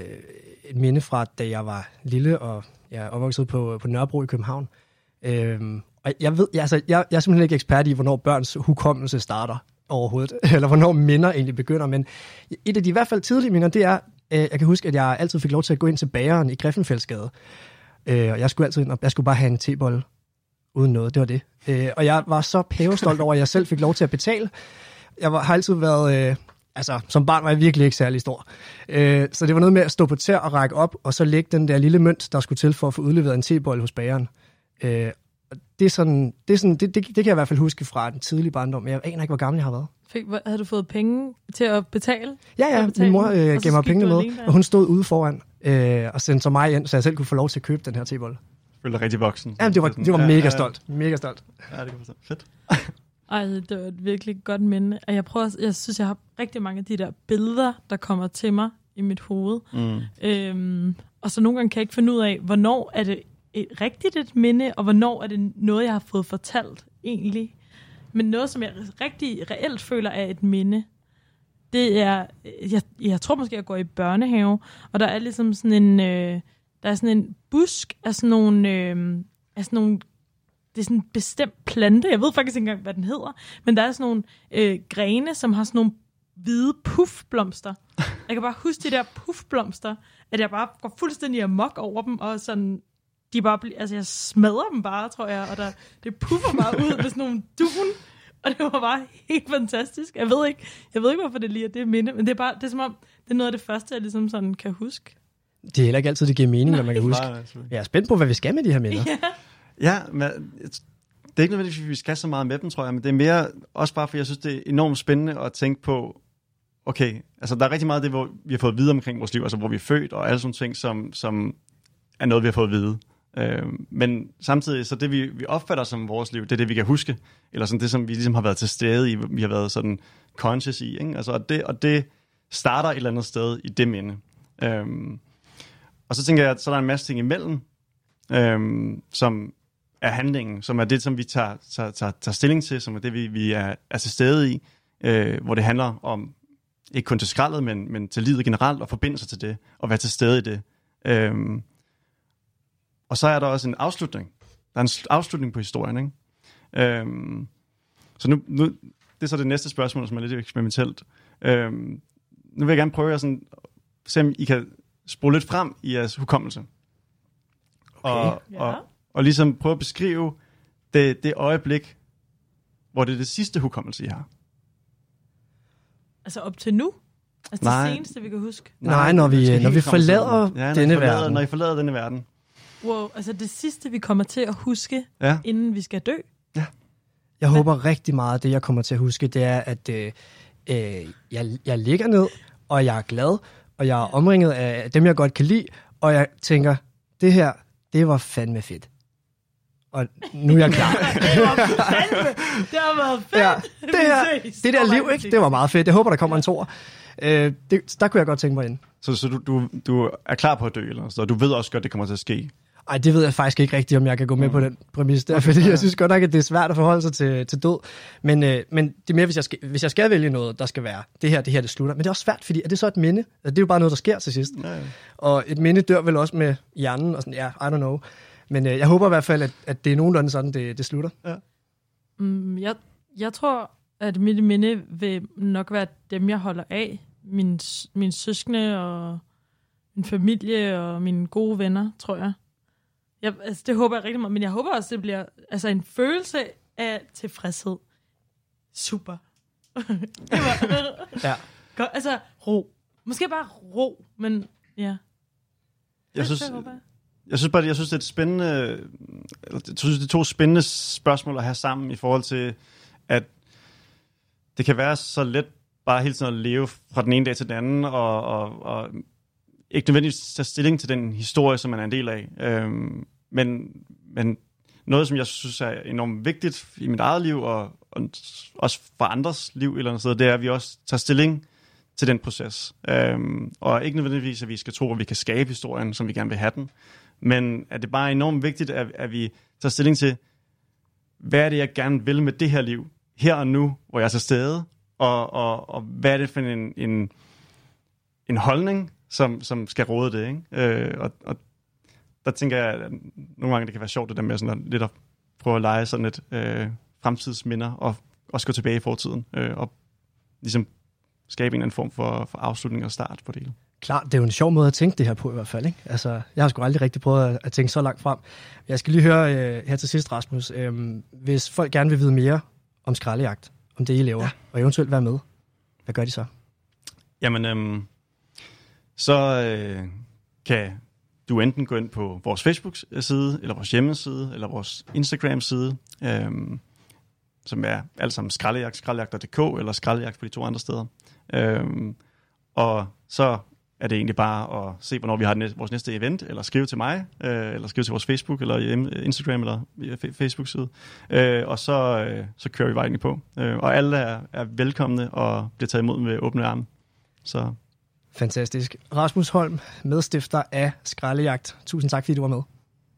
A: et minde fra, da jeg var lille, og jeg er opvokset på, på Nørrebro i København. Øhm, og jeg ved, altså, jeg, jeg er simpelthen ikke ekspert i, hvornår børns hukommelse starter overhovedet, eller hvornår minder egentlig begynder, men et af de i hvert fald tidlige minder, det er, øh, jeg kan huske, at jeg altid fik lov til at gå ind til bageren i Griffenfeldsgade, øh, og jeg skulle altid ind, og jeg skulle bare have en tebolle uden noget, det var det. Øh, og jeg var så pævestolt over, at jeg selv fik lov til at betale. Jeg var, har altid været... Øh, Altså, som barn var jeg virkelig ikke særlig stor. Øh, så det var noget med at stå på tæer og række op, og så lægge den der lille mønt, der skulle til for at få udleveret en tebolle hos bageren. Øh, det, er sådan, det, er sådan, det, det, det kan jeg i hvert fald huske fra den tidlige barndom, men jeg aner ikke, hvor gammel jeg har været.
B: Fik, havde du fået penge til at betale?
A: Ja, ja.
B: Betale?
A: Min mor øh, gav mig pengene med, og hun stod ude foran øh, og sendte så mig ind, så jeg selv kunne få lov til at købe den her tebolle.
C: Følte rigtig voksen.
A: Ja, det var, det var mega ja, stolt. Mega stolt.
C: Ja, det kan forstå. Fedt.
B: Ej, det var et virkelig godt minde. Og jeg prøver, jeg synes, jeg har rigtig mange af de der billeder, der kommer til mig i mit hoved. Mm. Øhm, og så nogle gange kan jeg ikke finde ud af, hvornår er det et rigtigt et minde, og hvornår er det noget, jeg har fået fortalt egentlig. Men noget, som jeg rigtig reelt føler er et minde, det er, jeg, jeg tror måske, jeg går i børnehave, og der er ligesom sådan en, øh, der er sådan en busk af sådan nogle, øh, af sådan nogle det er sådan en bestemt plante. Jeg ved faktisk ikke engang, hvad den hedder. Men der er sådan nogle øh, grene, som har sådan nogle hvide puffblomster. Jeg kan bare huske de der puffblomster, at jeg bare går fuldstændig amok over dem, og sådan, de bare bliver, altså jeg smadrer dem bare, tror jeg, og der, det puffer bare ud med sådan nogle dun, og det var bare helt fantastisk. Jeg ved ikke, jeg ved ikke hvorfor det lige er det minde, men det er bare, det er som om, det er noget af det første, jeg ligesom sådan kan huske.
A: Det er heller ikke altid, det giver mening, når man kan huske. Jeg er spændt på, hvad vi skal med de her minder.
B: Ja.
C: Ja, men det er ikke nødvendigvis, at vi skal så meget med dem, tror jeg, men det er mere også bare, fordi jeg synes, det er enormt spændende at tænke på, okay, altså der er rigtig meget af det, hvor vi har fået at vide omkring vores liv, altså hvor vi er født, og alle sådan ting, som, som er noget, vi har fået at vide. Øh, men samtidig, så det vi, vi opfatter som vores liv, det er det, vi kan huske, eller sådan det, som vi ligesom har været til stede i, vi har været sådan conscious i, ikke? Altså, og, det, og det starter et eller andet sted i det minde. Øh, og så tænker jeg, at så er der en masse ting imellem, øh, som er handlingen, som er det, som vi tager, tager, tager, tager stilling til, som er det, vi, vi er, er til stede i, øh, hvor det handler om, ikke kun til skraldet, men, men til livet generelt, og forbinde sig til det, og være til stede i det. Øhm, og så er der også en afslutning. Der er en afslutning på historien, ikke? Øhm, så nu, nu, det er så det næste spørgsmål, som er lidt eksperimentelt. Øhm, nu vil jeg gerne prøve at sådan, se, om I kan spole lidt frem i jeres hukommelse.
A: Okay.
C: Og,
B: ja.
C: og, og ligesom prøve at beskrive det, det øjeblik, hvor det er det sidste hukommelse, I har.
B: Altså op til nu? Altså
C: Nej.
B: det seneste, vi kan huske?
A: Nej, når vi, når vi forlader
C: ja, når
A: denne
C: forlader,
A: verden.
C: Når I forlader denne verden.
B: Wow, altså det sidste, vi kommer til at huske,
C: Ja.
B: inden vi skal dø.
A: Jeg Hvad? håber rigtig meget, det jeg kommer til at huske, det er, at øh, øh, jeg, jeg ligger ned, og jeg er glad, og jeg er omringet af dem, jeg godt kan lide, og jeg tænker, det her, det var fandme fedt. Og nu er jeg klar.
B: det var fandme, det har været fedt.
A: Ja, det, her, det der liv, ikke? Det var meget fedt. Jeg håber, der kommer en toer. Øh, det, der kunne jeg godt tænke mig ind.
C: Så, så du, du, du er klar på at dø, eller så du ved også godt, det kommer til at ske?
A: Ej, det ved jeg faktisk ikke rigtigt, om jeg kan gå med mm. på den præmis der, fordi jeg synes godt nok, at det er svært at forholde sig til, til død. Men, øh, men det er mere, hvis jeg, skal, hvis jeg skal vælge noget, der skal være det her, det her, det slutter. Men det er også svært, fordi er det så et minde? Altså, det er jo bare noget, der sker til sidst. Ja, ja. Og et minde dør vel også med hjernen og sådan, ja, yeah, I don't know. Men øh, jeg håber i hvert fald, at, at det er nogenlunde sådan, det, det slutter. Ja.
B: Mm, jeg, jeg tror, at mit minde vil nok være dem, jeg holder af. Min, min søskende og min familie og mine gode venner, tror jeg. jeg altså, det håber jeg rigtig meget. Men jeg håber også, det bliver altså, en følelse af tilfredshed. Super. det var,
A: ja.
B: Godt, altså, ro. Måske bare ro, men ja.
C: Jeg synes... Jeg synes bare, jeg synes, det er et spændende, jeg synes, det er to spændende spørgsmål at have sammen i forhold til, at det kan være så let bare hele tiden at leve fra den ene dag til den anden, og, og, og ikke nødvendigvis tage stilling til den historie, som man er en del af. Øhm, men, men noget, som jeg synes er enormt vigtigt i mit eget liv, og, og også for andres liv, eller noget sted, det er, at vi også tager stilling til den proces. Øhm, og ikke nødvendigvis, at vi skal tro, at vi kan skabe historien, som vi gerne vil have den. Men er det bare enormt vigtigt, at, at vi tager stilling til, hvad er det, jeg gerne vil med det her liv, her og nu, hvor jeg er til stede, og, og, og hvad er det for en, en, en holdning, som, som skal råde det, ikke? Øh, og, og der tænker jeg, at nogle gange det kan være sjovt, det der med sådan at, lidt at prøve at lege sådan et øh, fremtidsminder, og også gå tilbage i fortiden, øh, og ligesom skabe en eller anden form for, for afslutning og start på det hele.
A: Klart, det er jo en sjov måde at tænke det her på i hvert fald, ikke? Altså, jeg har sgu aldrig rigtig prøvet at, at tænke så langt frem. Jeg skal lige høre øh, her til sidst, Rasmus, øh, hvis folk gerne vil vide mere om skraldejagt, om det I laver, ja. Og eventuelt være med, hvad gør de så?
C: Jamen, øh, så øh, kan du enten gå ind på vores Facebook-side, eller vores hjemmeside, eller vores Instagram-side, øh, som er alt sammen skraldejagt, skraldejagt punktum d k, eller skraldejagt på de to andre steder. Øh, og så er det egentlig bare at se, hvornår vi har næste, vores næste event, eller skrive til mig, øh, eller skrive til vores Facebook, eller Instagram, eller Facebook-side. Øh, og så, øh, så kører vi vejen på. Øh, og alle er, er velkomne og bliver taget imod med åbne arme. Så.
A: Fantastisk. Rasmus Holm, medstifter af Skraldejagt. Tusind tak, fordi du var med.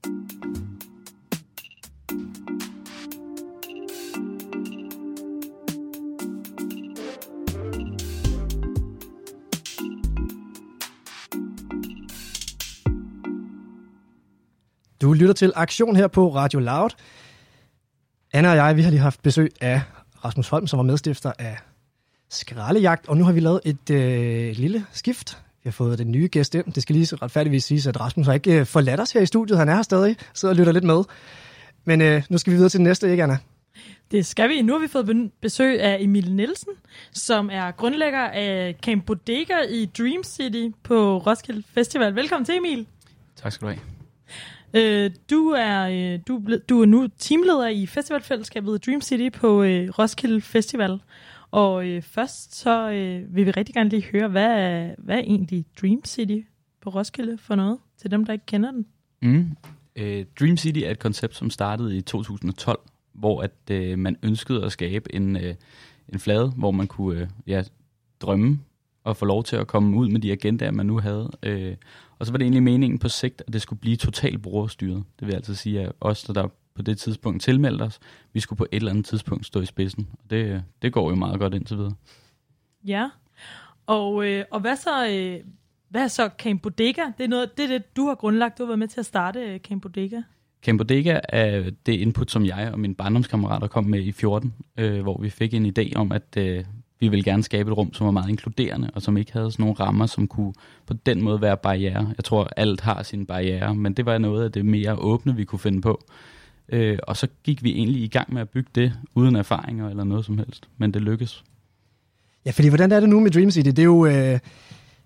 A: Du lytter til Aktion her på Radio Loud. Anna og jeg, vi har lige haft besøg af Rasmus Holm, som var medstifter af Skraldejagt, og nu har vi lavet et øh, lille skift. Vi har fået den nye gæst ind. Det skal lige så retfærdigvis siges, at Rasmus har ikke øh, forladt os her i studiet. Han er her stadig, sidder og lytter lidt med. Men øh, nu skal vi videre til den næste, ikke Anna?
B: Det skal vi. Nu har vi fået besøg af Emil Nielsen, som er grundlægger af Camp Bodega i Dream City på Roskilde Festival. Velkommen til, Emil.
D: Tak skal du have.
B: Øh, du, er, du, du er nu teamleder i festivalfællesskabet Dream City på øh, Roskilde Festival. Og øh, først så øh, vil vi rigtig gerne lige høre, hvad er, hvad er egentlig Dream City på Roskilde for noget, til dem, der ikke kender den?
D: Mm. Øh, Dream City er et koncept, som startede i to tusind og tolv, hvor at, øh, man ønskede at skabe en, øh, en flade, hvor man kunne øh, ja, drømme og få lov til at komme ud med de agendaer, man nu havde. Øh, og så var det egentlig meningen på sigt, at det skulle blive totalt brugerstyret. Det vil altså sige, at os, der på det tidspunkt tilmeldte os, vi skulle på et eller andet tidspunkt stå i spidsen. Og det, det går jo meget godt indtil videre.
B: Ja, og, øh, og hvad så, øh, hvad er så Camp Bodega? Det er, noget, det er det, du har grundlagt. Du har været med til at starte øh, Camp Bodega.
D: Camp Bodega er det input, som jeg og mine barndomskammerater kom med i fjorten, øh, hvor vi fik en idé om, at øh, vi ville gerne skabe et rum, som var meget inkluderende, og som ikke havde sådan nogle rammer, som kunne på den måde være barriere. Jeg tror, alt har sine barriere, men det var noget af det mere åbne, vi kunne finde på. Øh, og så gik vi egentlig i gang med at bygge det, uden erfaringer eller noget som helst. Men det lykkedes.
A: Ja, fordi hvordan er det nu med Dream City? Det er jo, øh, det er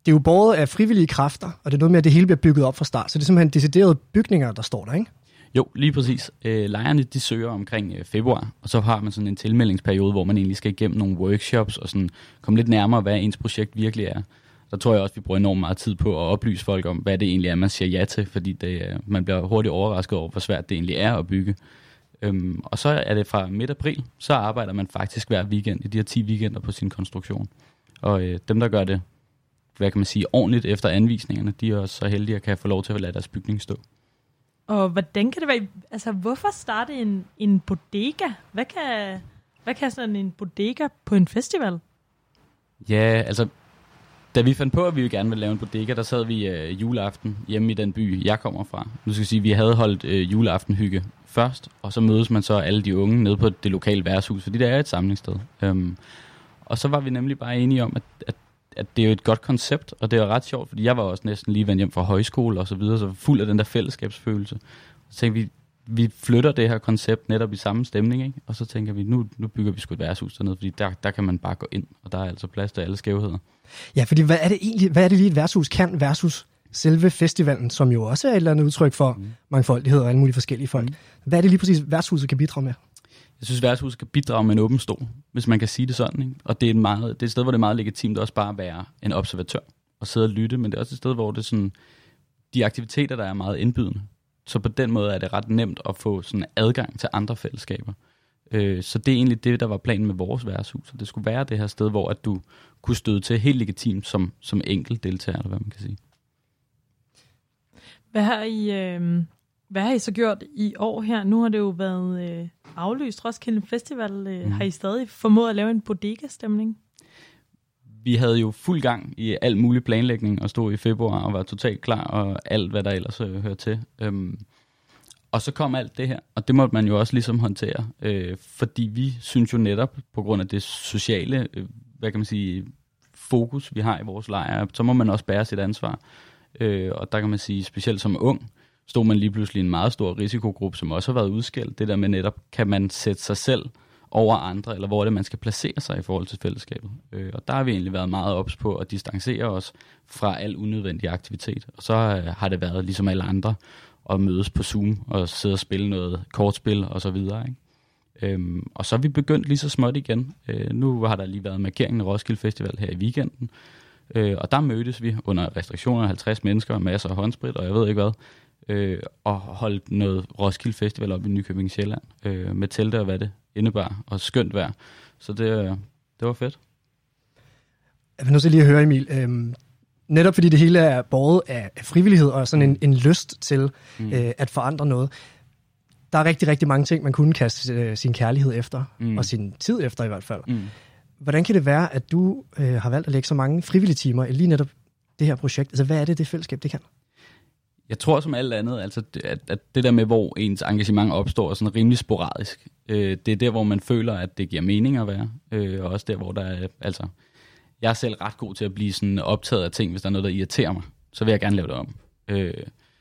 A: det er jo båret af frivillige kræfter, og det er noget med, at det hele bliver bygget op fra start. Så det er simpelthen deciderede bygninger, der står der, ikke?
D: Jo, lige præcis. Øh, lejerne, de søger omkring øh, februar, og så har man sådan en tilmeldingsperiode, hvor man egentlig skal igennem nogle workshops og sådan komme lidt nærmere, hvad ens projekt virkelig er. Der tror jeg også, vi bruger enormt meget tid på at oplyse folk om, hvad det egentlig er, man siger ja til, fordi det, man bliver hurtigt overrasket over, hvor svært det egentlig er at bygge. Øhm, og så er det fra midt april, så arbejder man faktisk hver weekend i de her ti weekender på sin konstruktion. Og øh, dem, der gør det, hvad kan man sige, ordentligt efter anvisningerne, de er også så heldige at kan få lov til at lade deres bygning stå.
B: Og hvordan kan det være, altså hvorfor starte en, en bodega? Hvad kan, hvad kan sådan en bodega på en festival?
D: Ja, altså, da vi fandt på, at vi ville gerne ville lave en bodega, der sad vi øh, juleaften hjemme i den by, jeg kommer fra. Nu skal jeg sige, at vi havde holdt øh, juleaftenhygge først, og så mødes man så alle de unge nede på det lokale værtshus, fordi det er et samlingssted. Øhm, og så var vi nemlig bare enige om, at, at, at det er jo et godt koncept, og det er ret sjovt, fordi jeg var også næsten lige vendt hjem fra højskole og så videre, så fuld af den der fællesskabsfølelse. Så tænkte vi, vi flytter det her koncept netop i samme stemning, ikke? Og så tænker vi, nu, nu bygger vi sgu et værtshus dernede, fordi der, der kan man bare gå ind, og der er altså plads til alle skævheder.
A: Ja, fordi hvad er det egentlig, hvad er det lige et værtshus kan versus selve festivalen, som jo også er et eller andet udtryk for mm. mangfoldighed og alle mulige forskellige folk. Mm. Hvad er det lige præcis, værtshuset kan bidrage med?
D: Jeg synes, værtshuset kan bidrage med en åben stol, hvis man kan sige det sådan, ikke? Og det er, en meget, det er et sted, hvor det er meget legitimt også bare at være en observatør og sidde og lytte, men det er også et sted, hvor det er sådan, de aktiviteter, der er meget indbydende. Så på den måde er det ret nemt at få sådan adgang til andre fællesskaber. Øh, så det er egentlig det, der var planen med vores værtshus. Det skulle være det her sted, hvor at du kunne støde til helt legitimt som, som enkelt deltager, eller hvad man kan sige.
B: Hvad har I, øh, hvad har I så gjort i år her? Nu har det jo været øh, aflyst Roskilde Festival. Øh, mm. Har I stadig formået at lave en bodega-stemning?
D: Vi havde jo fuld gang i al mulig planlægning og stod i februar og var totalt klar og alt, hvad der ellers øh, hører til. Øhm, og så kom alt det her, og det måtte man jo også ligesom håndtere, øh, fordi vi synes jo netop, på grund af det sociale, øh, hvad kan man sige, fokus, vi har i vores lejre, så må man også bære sit ansvar. Øh, og der kan man sige, specielt som ung, stod man lige pludselig i en meget stor risikogruppe, som også har været udskilt. Det der med netop, kan man sætte sig selv over andre, eller hvor er det, man skal placere sig i forhold til fællesskabet. Øh, og der har vi egentlig været meget ops på at distancere os fra al unødvendig aktivitet. Og så øh, har det været, ligesom alle andre, at mødes på Zoom og sidde og spille noget kortspil og så videre, ikke? Øhm, og så er vi begyndt lige så småt igen. Øh, nu har der lige været markeringen af Roskilde Festival her i weekenden, øh, og der mødtes vi under restriktioner af halvtreds mennesker og masser af håndsprit, og jeg ved ikke hvad, øh, og holdt noget Roskilde Festival op i Nykøbing Sjælland, øh, med telte og hvad det indebar, og skønt vejr. Så det, det var fedt.
A: Jeg vil nu så lige høre, Emil, øhm, netop fordi det hele er båret af frivillighed og sådan en, en lyst til mm. øh, at forandre noget. Der er rigtig, rigtig mange ting, man kunne kaste øh, sin kærlighed efter, mm. og sin tid efter i hvert fald. Mm. Hvordan kan det være, at du øh, har valgt at lægge så mange frivillige timer i lige netop det her projekt? Altså, hvad er det, det fællesskab, det kan?
D: Jeg tror som alt andet, altså, at, at det der med, hvor ens engagement opstår, er sådan rimelig sporadisk. Øh, det er der, hvor man føler, at det giver mening at være. Øh, og også der, hvor der er, altså, jeg er selv ret god til at blive sådan optaget af ting, hvis der er noget, der irriterer mig. Så vil jeg gerne lave det om. Øh,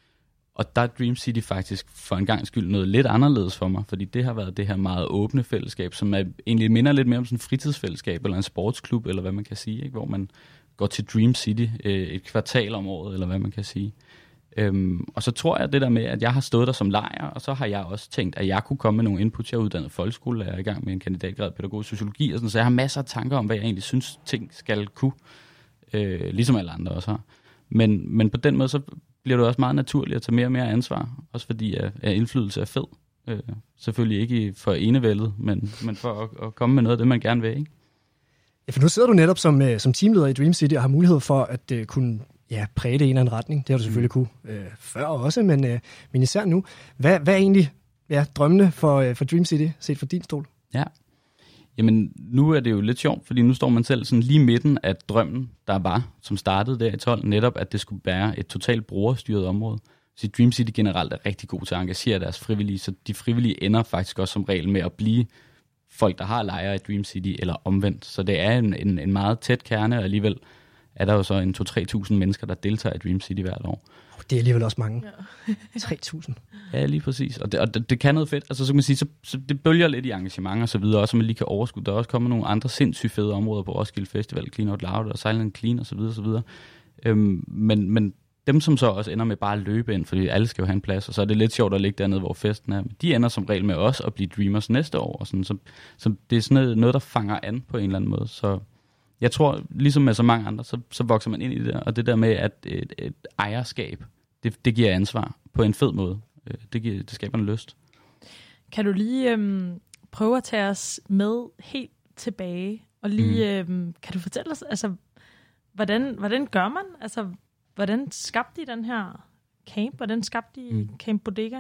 D: og der er Dream City faktisk for en gang skyld noget lidt anderledes for mig, fordi det har været det her meget åbne fællesskab, som er, egentlig minder lidt mere om sådan en fritidsfællesskab, eller en sportsklub, eller hvad man kan sige, ikke? Hvor man går til Dream City øh, et kvartal om året, eller hvad man kan sige. Øhm, og så tror jeg det der med, at jeg har stået der som lejer, og så har jeg også tænkt, at jeg kunne komme med nogle input. Jeg er uddannet folkeskole, jeg er i gang med en kandidatgrad i pædagogisk sociologi, og sådan, så jeg har masser af tanker om, hvad jeg egentlig synes, ting skal kunne, øh, ligesom alle andre også har. Men, men på den måde, så bliver det også meget naturligt at tage mere og mere ansvar, også fordi at, at indflydelse er fed. Øh, selvfølgelig ikke for enevældet, men, men for at, at komme med noget af det, man gerne vil, ikke?
A: Ja, for nu sidder du netop som, som teamleder i Dream City og har mulighed for at uh, kunne ja, præge det i en eller anden retning. Det har du selvfølgelig mm. kunne øh, før også, men, øh, men især nu. Hvad, hvad er egentlig ja, drømmene for, øh, for Dream City, set fra din stol?
D: Ja, jamen nu er det jo lidt sjovt, fordi nu står man selv sådan lige midten af drømmen, der var, som startede der i tolv, netop at det skulle være et totalt brugerstyret område. Så Dream City generelt er rigtig god til at engagere deres frivillige, så de frivillige ender faktisk også som regel med at blive folk, der har lejre i Dream City, eller omvendt. Så det er en, en, en meget tæt kerne, og alligevel er der jo så en to til tre tusind mennesker, der deltager i Dream City hvert år.
A: Det er alligevel også mange. Ja. tre tusind.
D: Ja, lige præcis. Og det, og det, det kan noget fedt. Altså, så kan man sige, så, så det bølger lidt i engagement og så videre, også så man lige kan overskue. Der er også kommet nogle andre sindssygt fede områder på Roskilde Festival, Clean Out Loud og Silent Clean og så videre, så videre. Øhm, men, men dem, som så også ender med bare at løbe ind, fordi alle skal jo have en plads, og så er det lidt sjovt at ligge dernede, hvor festen er. De ender som regel med os at blive dreamers næste år. Og sådan, så, så det er sådan noget, noget, der fanger an på en eller anden måde. Så jeg tror, ligesom med så mange andre, så, så vokser man ind i det der. Og det der med, at et, et ejerskab, det, det giver ansvar på en fed måde. Det, giver, det skaber en lyst. Kan
B: du lige øhm, prøve at tage os med helt tilbage? Og lige, mm. øhm, kan du fortælle os, altså, hvordan, hvordan gør man? Altså, hvordan skabte I den her camp? Hvordan skabte I mm. Camp Bodega?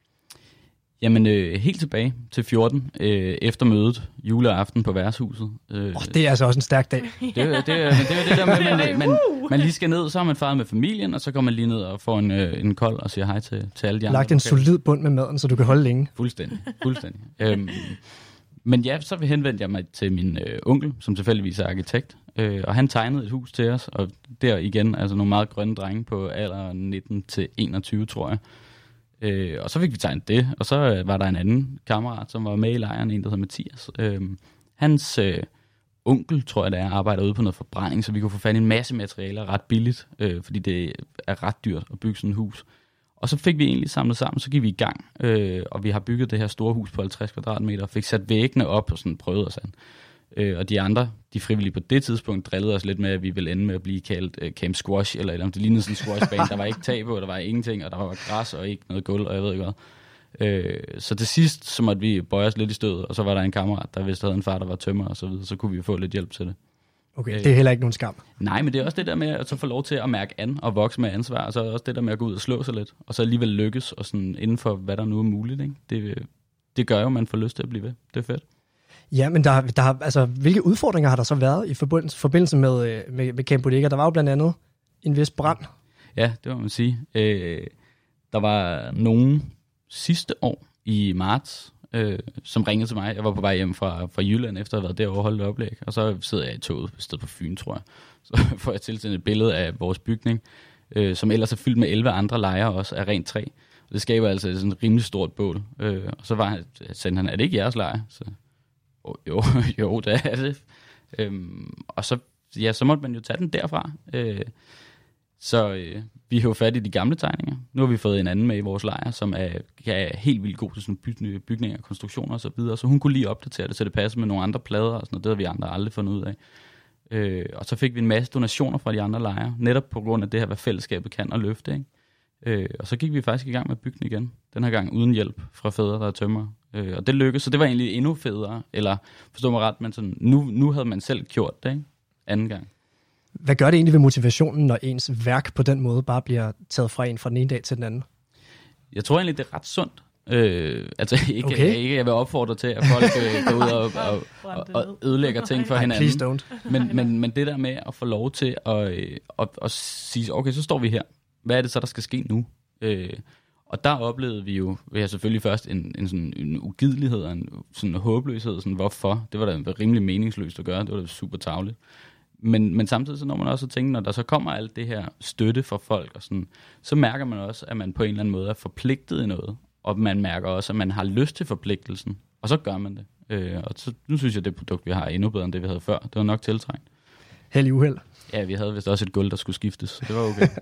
D: Jamen, øh, helt tilbage til fjorten, øh, efter mødet, juleaften på værtshuset. Øh,
A: oh, det er altså også en stærk dag.
D: Det, det, det, det er det der med, man, man, man lige skal ned, så har man faret med familien, og så går man lige ned og får en, øh, en kold og siger hej til, til alle de andre.
A: Lagt en solid bund med maden, så du kan holde længe.
D: Fuldstændig, fuldstændig. øhm, men ja, så henvendte jeg mig til min øh, onkel, som tilfældigvis er arkitekt, øh, og han tegnede et hus til os, og der igen, altså nogle meget grønne drenge på alder nitten til enogtyve, tror jeg. Øh, og så fik vi tegnet det, og så øh, var der en anden kammerat, som var med i lejren, en der hedder Mathias. Øh, hans øh, onkel, tror jeg det er, arbejder ude på noget forbrænding, så vi kunne få fat i en masse materialer ret billigt, øh, fordi det er ret dyrt at bygge sådan et hus. Og så fik vi egentlig samlet sammen, så gik vi i gang, øh, og vi har bygget det her store hus på halvtreds kvadratmeter, og fik sat væggene op og sådan prøvet os an. Øh, og de andre, de frivillige på det tidspunkt, drillede os lidt med, at vi ville ende med at blive kaldt øh, Camp Squash, eller, eller om det lignede sådan en squashbane. Der var ikke tag på, der var ingenting, og der var græs og ikke noget gulv, og jeg ved ikke hvad. Øh, så til sidst, så måtte vi bøje os lidt i stødet, og så var der en kammerat, der vidste, havde en far, der var tømmer og så videre, så kunne vi få lidt hjælp til det.
A: Okay, det er heller ikke nogen skam.
D: Nej, men det er også det der med at så få lov til at mærke an og vokse med ansvar, og så også det der med at gå ud og slå sig lidt, og så alligevel lykkes, og sådan inden for, hvad der nu er muligt. Ikke? Det, det gør jo, at man får lyst til at blive ved. Det er fedt.
A: Ja, men der, der har, altså, hvilke udfordringer har der så været i forbindelse, forbindelse med, med, med Camp Bodega? Der var jo blandt andet en vis brand.
D: Ja, det må man sige. Øh, der var nogen sidste år i marts, øh, som ringede til mig. Jeg var på vej hjem fra, fra Jylland, efter at have været derovre og holdt oplæg. Og så sidder jeg i toget et sted på Fyn, tror jeg. Så får jeg tilsendt et billede af vores bygning, øh, som ellers er fyldt med elleve andre lejre også af rent træ. Og det skaber altså sådan et rimelig stort bål. Øh, og så var, sagde han, er det ikke jeres lejre? Så, oh, jo, jo, det er det. Øhm, og så, ja, så måtte man jo tage den derfra. Øh, så øh, vi har jo fat i de gamle tegninger. Nu har vi fået en anden med i vores lejr, som er, er helt vildt god til sådan byg, bygninger, konstruktioner og så videre. Så hun kunne lige opdatere det, så det passer med nogle andre plader og sådan noget. Det har vi andre aldrig fundet ud af. Øh, og så fik vi en masse donationer fra de andre lejre, netop på grund af det her, hvad fællesskabet kan og løfte. Ikke? Øh, og så gik vi faktisk i gang med at bygge den igen. Den her gang uden hjælp fra fædre, der er tømmer. Øh, og det lykkedes, så det var egentlig endnu federe. Eller forstå mig ret, men sådan, nu, nu havde man selv gjort det, ikke? Anden gang.
A: Hvad gør det egentlig ved motivationen, når ens værk på den måde bare bliver taget fra en fra den ene dag til den anden?
D: Jeg tror egentlig, det er ret sundt. Øh, altså ikke, okay. ikke, jeg vil opfordre til, at folk øh, går ud og, og, og, og ødelægger ting for hinanden.
A: Please don't.
D: men, men, men det der med at få lov til at, at, at, at sige, okay, så står vi her. Hvad er det så, der skal ske nu? Øh, og der oplevede vi jo, vi har selvfølgelig først en, en, sådan, en ugidelighed og en sådan håbløshed. Sådan, hvorfor? Det var da rimelig meningsløst at gøre. Det var da super tarveligt. Men, men samtidig så når man også tænker, når der så kommer alt det her støtte fra folk, og sådan, så mærker man også, at man på en eller anden måde er forpligtet i noget. Og man mærker også, at man har lyst til forpligtelsen. Og så gør man det. Øh, og så, nu synes jeg, at det produkt, vi har, er endnu bedre end det, vi havde før. Det var nok tiltrængt.
A: Held i uheld.
D: Ja, vi havde vist også et gulv, der skulle skiftes. Så det var okay.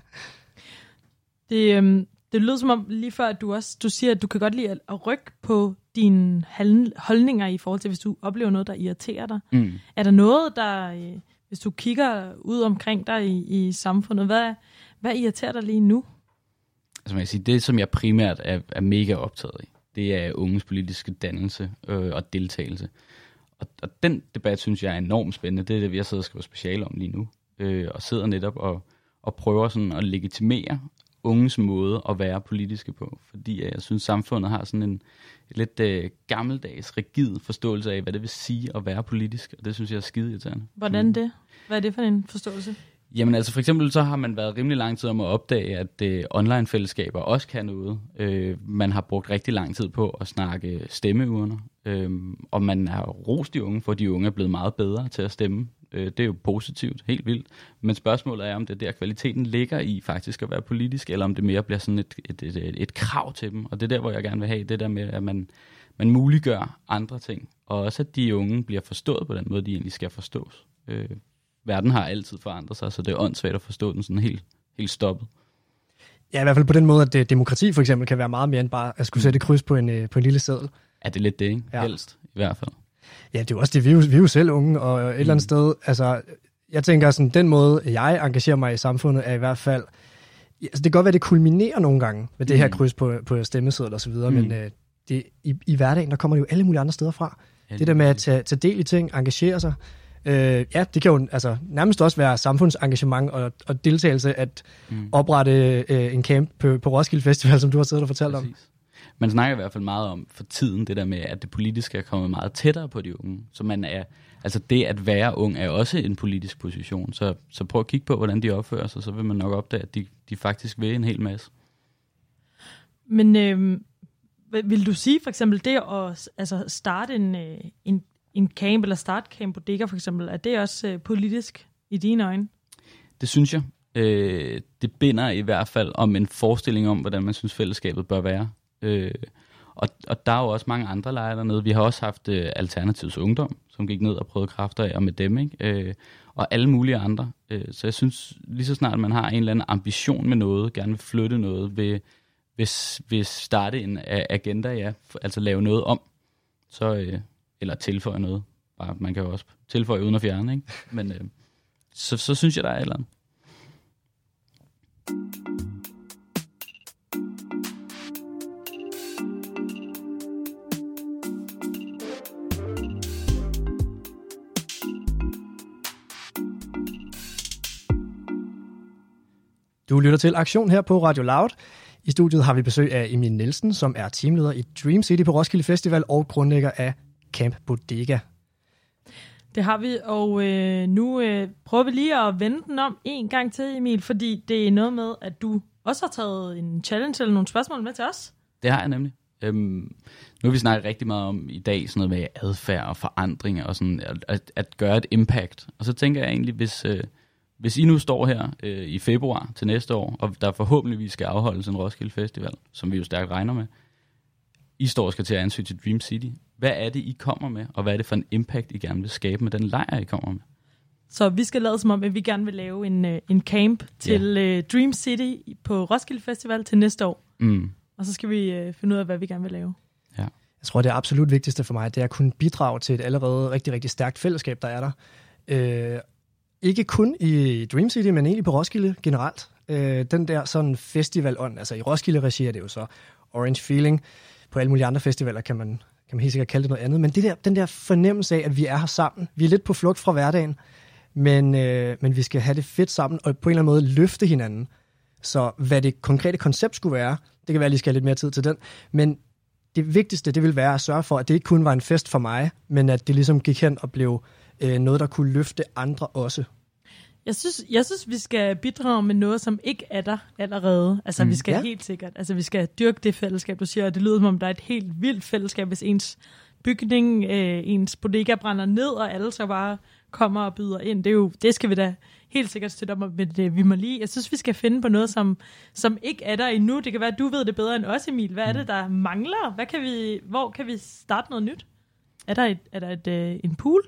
B: det, øhm, det lyder som om, lige før, at du også du siger, at du kan godt lide at rykke på dine holdninger i forhold til, hvis du oplever noget, der irriterer dig. Mm. Er der noget, der, hvis du kigger ud omkring dig i, i samfundet, hvad, hvad irriterer dig lige nu?
D: Altså man kan sige, det som jeg primært er, er mega optaget af, det er unges politiske dannelse øh, og deltagelse. Og, og den debat, synes jeg er enormt spændende. Det er det, vi har siddet og skrevet speciale om lige nu. Øh, og sidder netop og, og prøver sådan at legitimere unges måde at være politiske på. Fordi jeg synes, samfundet har sådan en lidt øh, gammeldags, rigid forståelse af, hvad det vil sige at være politisk. Og det synes jeg er skide irriterende.
B: Hvordan det? Hvad er det for en forståelse?
D: Jamen altså for eksempel så har man været rimelig lang tid om at opdage, at øh, online-fællesskaber også kan noget. Øh, man har brugt rigtig lang tid på at snakke stemmeurner, øh, og man har rost de unge, for de unge er blevet meget bedre til at stemme. Øh, det er jo positivt, helt vildt. Men spørgsmålet er, om det der kvaliteten ligger i faktisk at være politisk, eller om det mere bliver sådan et, et, et, et, et krav til dem. Og det er der, hvor jeg gerne vil have det der med, at man, man muliggør andre ting, og også at de unge bliver forstået på den måde, de egentlig skal forstås. Øh, verden har altid forandret sig, så det er åndssvagt at forstå den sådan helt, helt stoppet.
A: Ja, i hvert fald på den måde, at det, demokrati for eksempel kan være meget mere end bare at skulle sætte kryds på en, på en lille seddel.
D: Ja, det er lidt det, ikke?
A: Ja.
D: Helst, i hvert fald.
A: Ja, det er jo også det, vi er jo, vi er jo selv unge, og et mm. eller andet sted, altså, jeg tænker sådan, den måde, jeg engagerer mig i samfundet, er i hvert fald, altså det kan godt være, det kulminerer nogle gange med det mm. her kryds på, på stemmeseddel og så videre, mm. men øh, det, i, i hverdagen, der kommer det jo alle mulige andre steder fra. Ja, det der med at tage, tage del i ting, engagere sig, øh, ja, det kan jo altså, nærmest også være samfundsengagement og, og deltagelse at mm. oprette øh, en camp på, på Roskilde Festival, som du har siddet og fortalt Præcis. om.
D: Man snakker i hvert fald meget om for tiden, det der med, at det politiske er kommet meget tættere på de unge. Så man er, altså det at være ung er også en politisk position. Så, så prøv at kigge på, hvordan de opfører sig, så vil man nok opdage, at de, de faktisk vil en hel masse.
B: Men øh, vil du sige for eksempel det at altså, starte en, en, en camp, eller starte Camp Bodega for eksempel, er det også øh, politisk i dine øjne?
D: Det synes jeg. Øh, det binder i hvert fald om en forestilling om, hvordan man synes fællesskabet bør være. Øh, og, og der er jo også mange andre lejre dernede. Vi har også haft øh, Alternativets Ungdom, som gik ned og prøvede kræfter af, og med dem, ikke? Øh, og alle mulige andre. Øh, så jeg synes, lige så snart man har en eller anden ambition med noget, gerne vil flytte noget, vil, vil, vil starte en agenda, ja, altså lave noget om, så, øh, eller tilføje noget. Bare, man kan jo også tilføje uden at fjerne, ikke? Men øh, så, så synes jeg, der er et eller andet.
A: Du lytter til Aktion her på Radio Loud. I studiet har vi besøg af Emil Nielsen, som er teamleder i Dream City på Roskilde Festival og grundlægger af Camp Bodega.
B: Det har vi, og øh, nu øh, prøver vi lige at vende den om en gang til, Emil, fordi det er noget med, at du også har taget en challenge eller nogle spørgsmål med til os.
D: Det har jeg nemlig. Øhm, nu har vi snakket rigtig meget om i dag sådan noget med adfærd og forandringer og sådan at, at, at gøre et impact. Og så tænker jeg egentlig, hvis... Øh, Hvis I nu står her øh, i februar til næste år, og der forhåbentlig skal afholdes en Roskilde Festival, som vi jo stærkt regner med, I står og skal til at ansøge til Dream City. Hvad er det, I kommer med, og hvad er det for en impact, I gerne vil skabe med den lejr, I kommer med?
B: Så vi skal lade som om, at vi gerne vil lave en, en camp til yeah. uh, Dream City på Roskilde Festival til næste år.
D: Mm.
B: Og så skal vi uh, finde ud af, hvad vi gerne vil lave.
D: Ja.
A: Jeg tror, det absolut vigtigste for mig, det er at kunne bidrage til et allerede rigtig, rigtig stærkt fællesskab, der er der. Øh, Ikke kun i Dream City, men egentlig på Roskilde generelt. Øh, den der sådan festivalånd, altså i Roskilde-regi er det jo så Orange Feeling. På alle mulige andre festivaler kan man, kan man helt sikkert kalde det noget andet. Men det der, den der fornemmelse af, at vi er her sammen. Vi er lidt på flugt fra hverdagen, men, øh, men vi skal have det fedt sammen og på en eller anden måde løfte hinanden. Så hvad det konkrete koncept skulle være, det kan være, at jeg lige skal have lidt mere tid til den. Men det vigtigste, det vil være at sørge for, at det ikke kun var en fest for mig, men at det ligesom gik hen og blev noget, der kunne løfte andre også.
B: Jeg synes, jeg synes, vi skal bidrage med noget, som ikke er der allerede. Altså, mm, vi skal ja. helt sikkert. Altså, vi skal dyrke det fællesskab, du siger, og det lyder som om, der er et helt vildt fællesskab, hvis ens bygning, øh, ens bodega brænder ned, og alle så bare kommer og byder ind. Det, er jo, det skal vi da helt sikkert støtte op, men det, vi må lige. Jeg synes, vi skal finde på noget, som, som ikke er der endnu. Det kan være, at du ved det bedre end os, Emil. Hvad er det, der mangler? Hvad kan vi, hvor kan vi starte noget nyt? Er der, et, er der et, øh, en pool?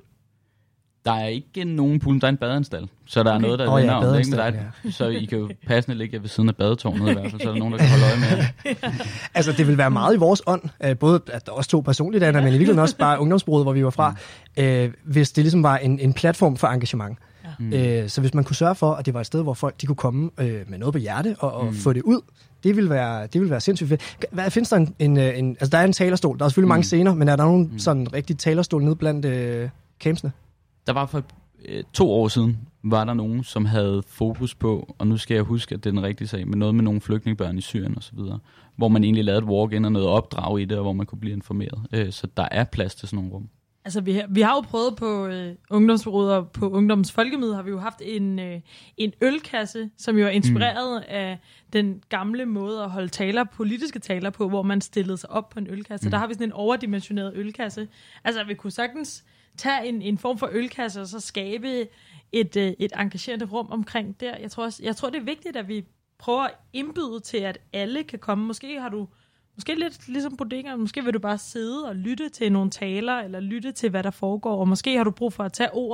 D: Der er ikke nogen pool, der er en badeanstalt. Så der er okay. noget, der
A: oh,
D: vender
A: ja,
D: om det. Ikke? Der er, ja. Så I kan jo passende ligge ved siden af badetårnet i hvert fald, så er der nogen, der kan holde øje med det.
A: Altså, det vil være meget i vores ånd, både at der også to personligt, Anna, men i virkeligheden også bare ungdomsbruget, hvor vi var fra, mm. øh, hvis det ligesom var en, en platform for engagement. Ja. Mm. Øh, så hvis man kunne sørge for, at det var et sted, hvor folk de kunne komme øh, med noget på hjerte og, og mm. få det ud, det vil være, det vil være sindssygt fedt. Hvad, findes der en, en, en... Altså, der er en talerstol. Der er selvfølgelig mm. mange scener, men er der nogen mm. sådan rigtig talerstol nede blandt øh, campsene?
D: Der var for øh, to år siden, var der nogen, som havde fokus på, og nu skal jeg huske, at det er den rigtige sag, men noget med nogle flygtningebørn i Syrien og så videre, hvor man egentlig lavede et walk-in og noget opdrag i det, og hvor man kunne blive informeret. Øh, så der er plads til sådan nogle rum.
B: Altså, vi har, vi har jo prøvet på øh, ungdomsrådet og på Ungdommens Folkemøde, har vi jo haft en, øh, en ølkasse, som jo er inspireret mm. af den gamle måde at holde taler, politiske taler på, hvor man stillede sig op på en ølkasse. Mm. Der har vi sådan en overdimensioneret ølkasse. Altså, vi kunne sagtens tage en, en form for ølkasse og så skabe et, øh, et engagerende rum omkring der. Jeg tror, også, jeg tror, det er vigtigt, at vi prøver at indbyde til, at alle kan komme. Måske har du... Måske lidt ligesom Bodega, måske vil du bare sidde og lytte til nogle taler, eller lytte til, hvad der foregår, og måske har du brug for at tage ordet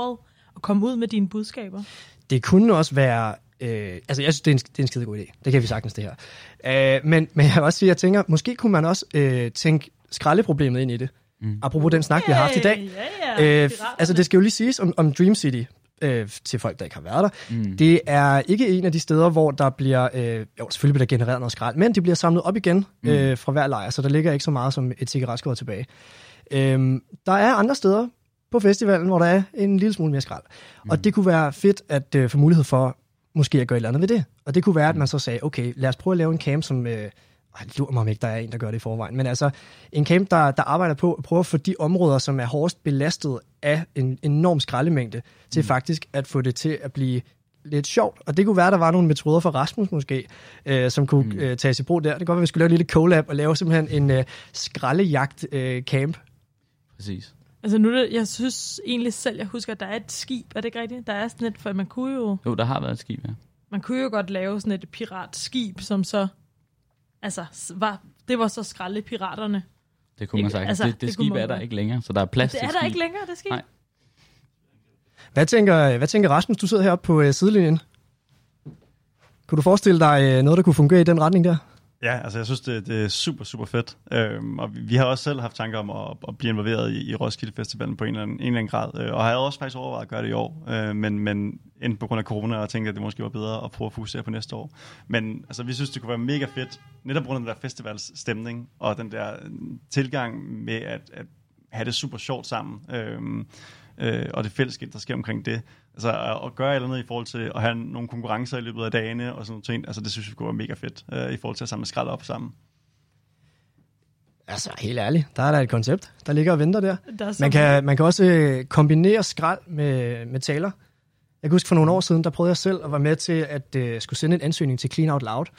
B: at komme ud med dine budskaber?
A: Det kunne også være... Øh, altså, jeg synes, det er en, det er en skide god idé. Det kan vi sagtens, det her. Øh, men, men jeg vil også sige, jeg tænker, måske kunne man også øh, tænke skraldeproblemet ind i det. Mm. Apropos den snak, vi har haft i dag.
B: Ja, ja,
A: øh, altså, det skal jo lige siges om, om Dream City, øh, til folk, der ikke har været der. Mm. Det er ikke en af de steder, hvor der bliver... Øh, jo, selvfølgelig bliver der genereret noget skrald, men det bliver samlet op igen mm. øh, fra hver lejr, så der ligger ikke så meget som et cigaretskår tilbage. Øh, der er andre steder på festivalen, hvor der er en lille smule mere skrald. Mm. Og det kunne være fedt at øh, få mulighed for måske at gøre et eller andet ved det. Og det kunne være, at man så sagde, okay, lad os prøve at lave en camp, som... Øh, det lurer mig om ikke, der er en, der gør det i forvejen. Men altså, en camp, der, der arbejder på at prøve at få de områder, som er hårdest belastet af en enorm skraldemængde, til mm. faktisk at få det til at blive lidt sjovt. Og det kunne være, at der var nogle metoder for Rasmus måske, øh, som kunne mm. øh, tages i brug der. Det kan godt være, at vi skulle lave en lille collab og lave simpelthen en øh, skraldejagt-camp. Øh,
D: Præcis.
B: Altså nu, det, jeg synes egentlig selv, jeg husker, at der er et skib. Er det ikke rigtigt? Der er sådan et, for man kunne jo...
D: Jo, der har været et skib, ja.
B: Man kunne jo godt lave sådan et piratskib, som så... Altså, var, det var så skralde piraterne.
D: Det kunne man sige. Altså, det det, det skib er der ikke længere, så der er plads til
B: det er der ikke længere, det skib.
D: Nej.
A: Hvad tænker, hvad tænker Rasmus? Du sidder heroppe på uh, sidelinjen. Kunne du forestille dig uh, noget, der kunne fungere i den retning der?
C: Ja, altså jeg synes, det, det er super, super fedt. Øhm, og vi, vi har også selv haft tanker om at, at blive involveret i, i Roskilde Festivalen på en eller anden, en eller anden grad. Øh, og har også faktisk overvejet at gøre det i år. Øh, men, men enten på grund af corona, og tænkte, at det måske var bedre at prøve at fokusere på næste år. Men altså, vi synes, det kunne være mega fedt. Netop på grund af den der festivalsstemning, og den der tilgang med at, at have det super sjovt sammen. Øh, øh, og det fællesskab, der sker omkring det. Altså at, at gøre et eller andet i forhold til at have nogle konkurrencer i løbet af dagene og sådan nogle ting, altså det synes vi kunne være mega fedt øh, i forhold til at samle skrald op sammen.
A: Altså helt ærligt, der er der et koncept, der ligger og venter der.
B: der
A: man, kan, man kan også kombinere skrald med, med taler. Jeg kan huske for nogle år siden, der prøvede jeg selv at være med til at uh, skulle sende en ansøgning til Clean Out Loud.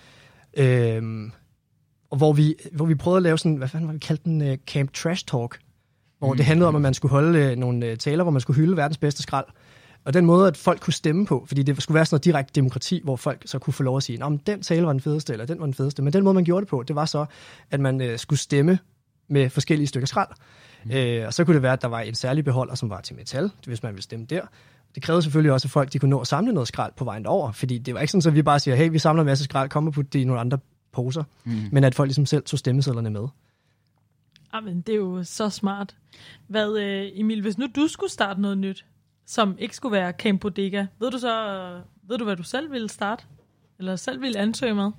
A: Øhm, og hvor vi, hvor vi prøvede at lave sådan, hvad fanden var vi kaldte den, uh, Camp Trash Talk. Hvor mm. det handlede om, at man skulle holde uh, nogle uh, taler, hvor man skulle hylde verdens bedste skrald. Og den måde, at folk kunne stemme på, fordi det skulle være sådan noget direkte demokrati, hvor folk så kunne få lov at sige, om den tale var den fedeste, eller den var den fedeste. Men den måde, man gjorde det på, det var så, at man øh, skulle stemme med forskellige stykker skrald. Mm. Øh, og så kunne det være, at der var en særlig beholder, som var til metal, hvis man ville stemme der. Det krævede selvfølgelig også, at folk de kunne nå at samle noget skrald på vejen over, fordi det var ikke sådan, at vi bare siger, hey, vi samler en masse skrald, kom og putte det i nogle andre poser. Mm. Men at folk ligesom selv tog stemmesedlerne med.
B: Jamen, det er jo så smart. Hvad, øh, Emil, hvis nu du skulle starte noget nyt, som ikke skulle være Camp Bodega, ved du så, ved du, hvad du selv ville starte? Eller selv ville ansøge med?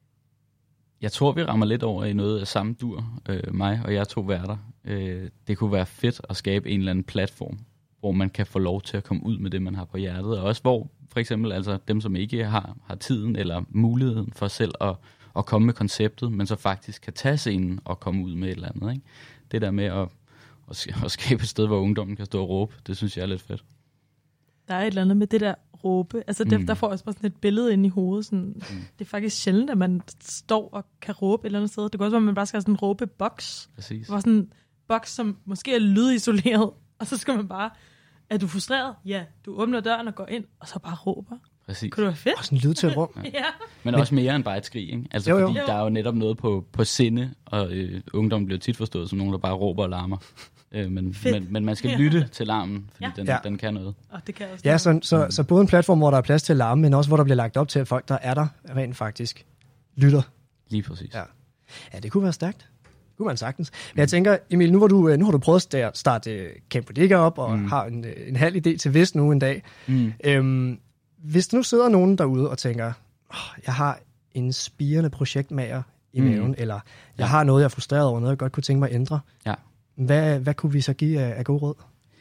D: Jeg tror, vi rammer lidt over i noget af samme dur, øh, mig og jeg to værter. Øh, det kunne være fedt at skabe en eller anden platform, hvor man kan få lov til at komme ud med det, man har på hjertet. Og også hvor for eksempel altså dem, som ikke har, har tiden eller muligheden for selv at, at komme med konceptet, men så faktisk kan tage scenen og komme ud med et eller andet. Ikke? Det der med at, at skabe et sted, hvor ungdommen kan stå og råbe, det synes jeg er lidt fedt.
B: Der er et eller andet med det der råbe. Altså, der, mm. der får også bare sådan et billede ind i hovedet. Sådan, mm. Det er faktisk sjældent, at man står og kan råbe et eller andet sted. Det kan også være, at man bare skal have sådan en råbeboks.
D: Præcis.
B: Hvor sådan en boks, som måske er lydisoleret. Og så skal man bare... Er du frustreret? Ja. Du åbner døren og går ind, og så bare råber.
D: Præcis.
B: Kunne det være fedt?
A: Og sådan en lyd til et rum.
B: Ja.
D: Men, Men også mere end bare et skrig, ikke? Altså,
A: jo, jo.
D: fordi der er jo netop noget på, på sinde, og øh, ungdommen bliver tit forstået som nogen, der bare råber og larmer. Øh, men, men, men man skal lytte til larmen, fordi ja. den,
A: ja.
D: den kan noget.
B: Og det kan også
A: ja, så, så, så både en platform, hvor der er plads til larme, men også hvor der bliver lagt op til, at folk, der er der, rent faktisk lytter.
D: Lige præcis.
A: Ja, ja det kunne være stærkt. Det kunne man sagtens. Men jeg tænker, Emil, nu, hvor du, nu har du prøvet at starte Camp Bodega op, og mm. har en, en halv idé til vist nu en dag. Mm. Øhm, hvis der nu sidder nogen derude og tænker, oh, jeg har en spirende projektmager i mm. maven, eller jeg ja. har noget, jeg er frustreret over, noget, jeg godt kunne tænke mig at ændre. Ja. Hvad, hvad kunne vi så give af, af gode råd?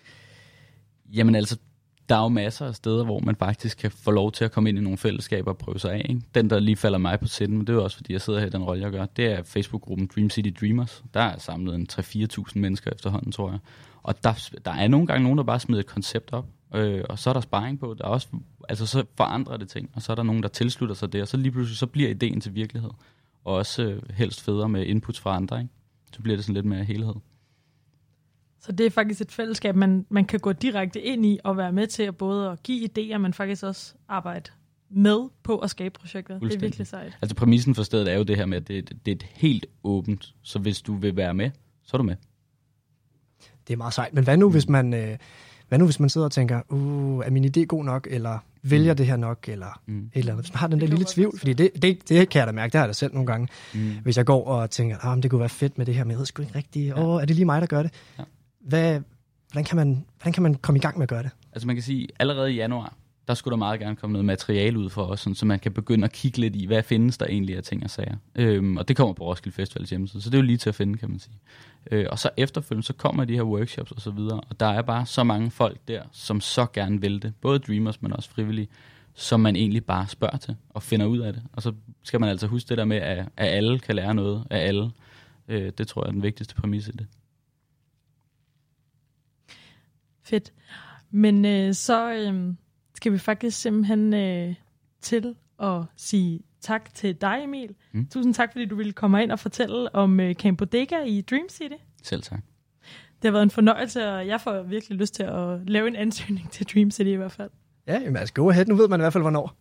D: Jamen altså, der er jo masser af steder, hvor man faktisk kan få lov til at komme ind i nogle fællesskaber og prøve sig af. Ikke? Den, der lige falder mig på siden, men det er jo også, fordi jeg sidder her i den rolle, jeg gør, det er Facebook-gruppen Dream City Dreamers. Der er samlet en tre til fire tusind mennesker efterhånden, tror jeg. Og der, der er nogle gange nogen, der bare smider et koncept op, øh, og så er der sparring på. Der er også, altså så forandrer det ting, og så er der nogen, der tilslutter sig det, og så lige pludselig så bliver ideen til virkelighed. Og også øh, helst federe med inputs fra andre. Ikke? Så bliver det sådan lidt mere helhed.
B: Så det er faktisk et fællesskab, man, man kan gå direkte ind i og være med til at både at give idéer, men faktisk også arbejde med på at skabe projekter. Det er virkelig sejt.
D: Altså præmissen for stedet er jo det her med, at det, det er et helt åbent, så hvis du vil være med, så er du med.
A: Det er meget sejt. Men hvad nu, hvis man, øh, hvad nu hvis man sidder og tænker, uh, er min idé god nok, eller vælger det her nok, eller mm. et eller andet. Hvis man har den der lille tvivl, fordi det, det, det kan jeg da mærke, det har jeg da selv nogle gange. Mm. Hvis jeg går og tænker, ah, det kunne være fedt med det her, men jeg ved sgu ikke rigtigt, åh, ja. er det lige mig, der gør det? Ja. Hvad, hvordan, kan man, hvordan kan man komme i gang med at gøre det?
D: Altså man kan sige, allerede i januar, der skulle der meget gerne komme noget materiale ud for os, sådan, så man kan begynde at kigge lidt i, hvad findes der egentlig af ting og sager. Øhm, og det kommer på Roskilde Festivals hjemmeside, så det er jo lige til at finde, kan man sige. Øh, og så efterfølgende, så kommer de her workshops og så videre, og der er bare så mange folk der, som så gerne vil det, både dreamers, men også frivillige, som man egentlig bare spørger til og finder ud af det. Og så skal man altså huske det der med, at, at alle kan lære noget af alle. Øh, det tror jeg er den vigtigste præmis i det.
B: Fedt. Men øh, så øh, skal vi faktisk simpelthen øh, til at sige tak til dig, Emil. Mm. Tusind tak, fordi du ville komme ind og fortælle om øh, Camp Bodega i Dream City.
D: Selv tak.
B: Det har været en fornøjelse, og jeg får virkelig lyst til at lave en ansøgning til Dream City i hvert fald.
A: Ja, jamen altså go ahead. Nu ved man i hvert fald, hvornår.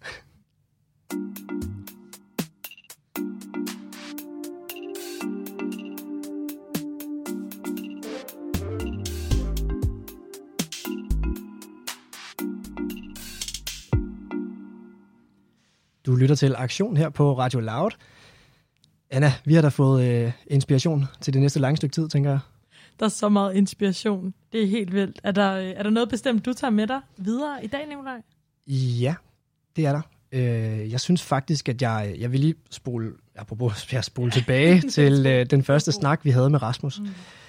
A: Du lytter til Aktion her på Radio Loud. Anna, vi har da fået øh, inspiration til det næste lange stykke tid, tænker jeg.
B: Der er så meget inspiration. Det er helt vildt. Er der, er der noget bestemt, du tager med dig videre i dag, Nikolaj?
A: Ja, det er der. Øh, jeg synes faktisk, at jeg, jeg vil lige spole, apropos, jeg spole tilbage til øh, den første snak, vi havde med Rasmus. Mm.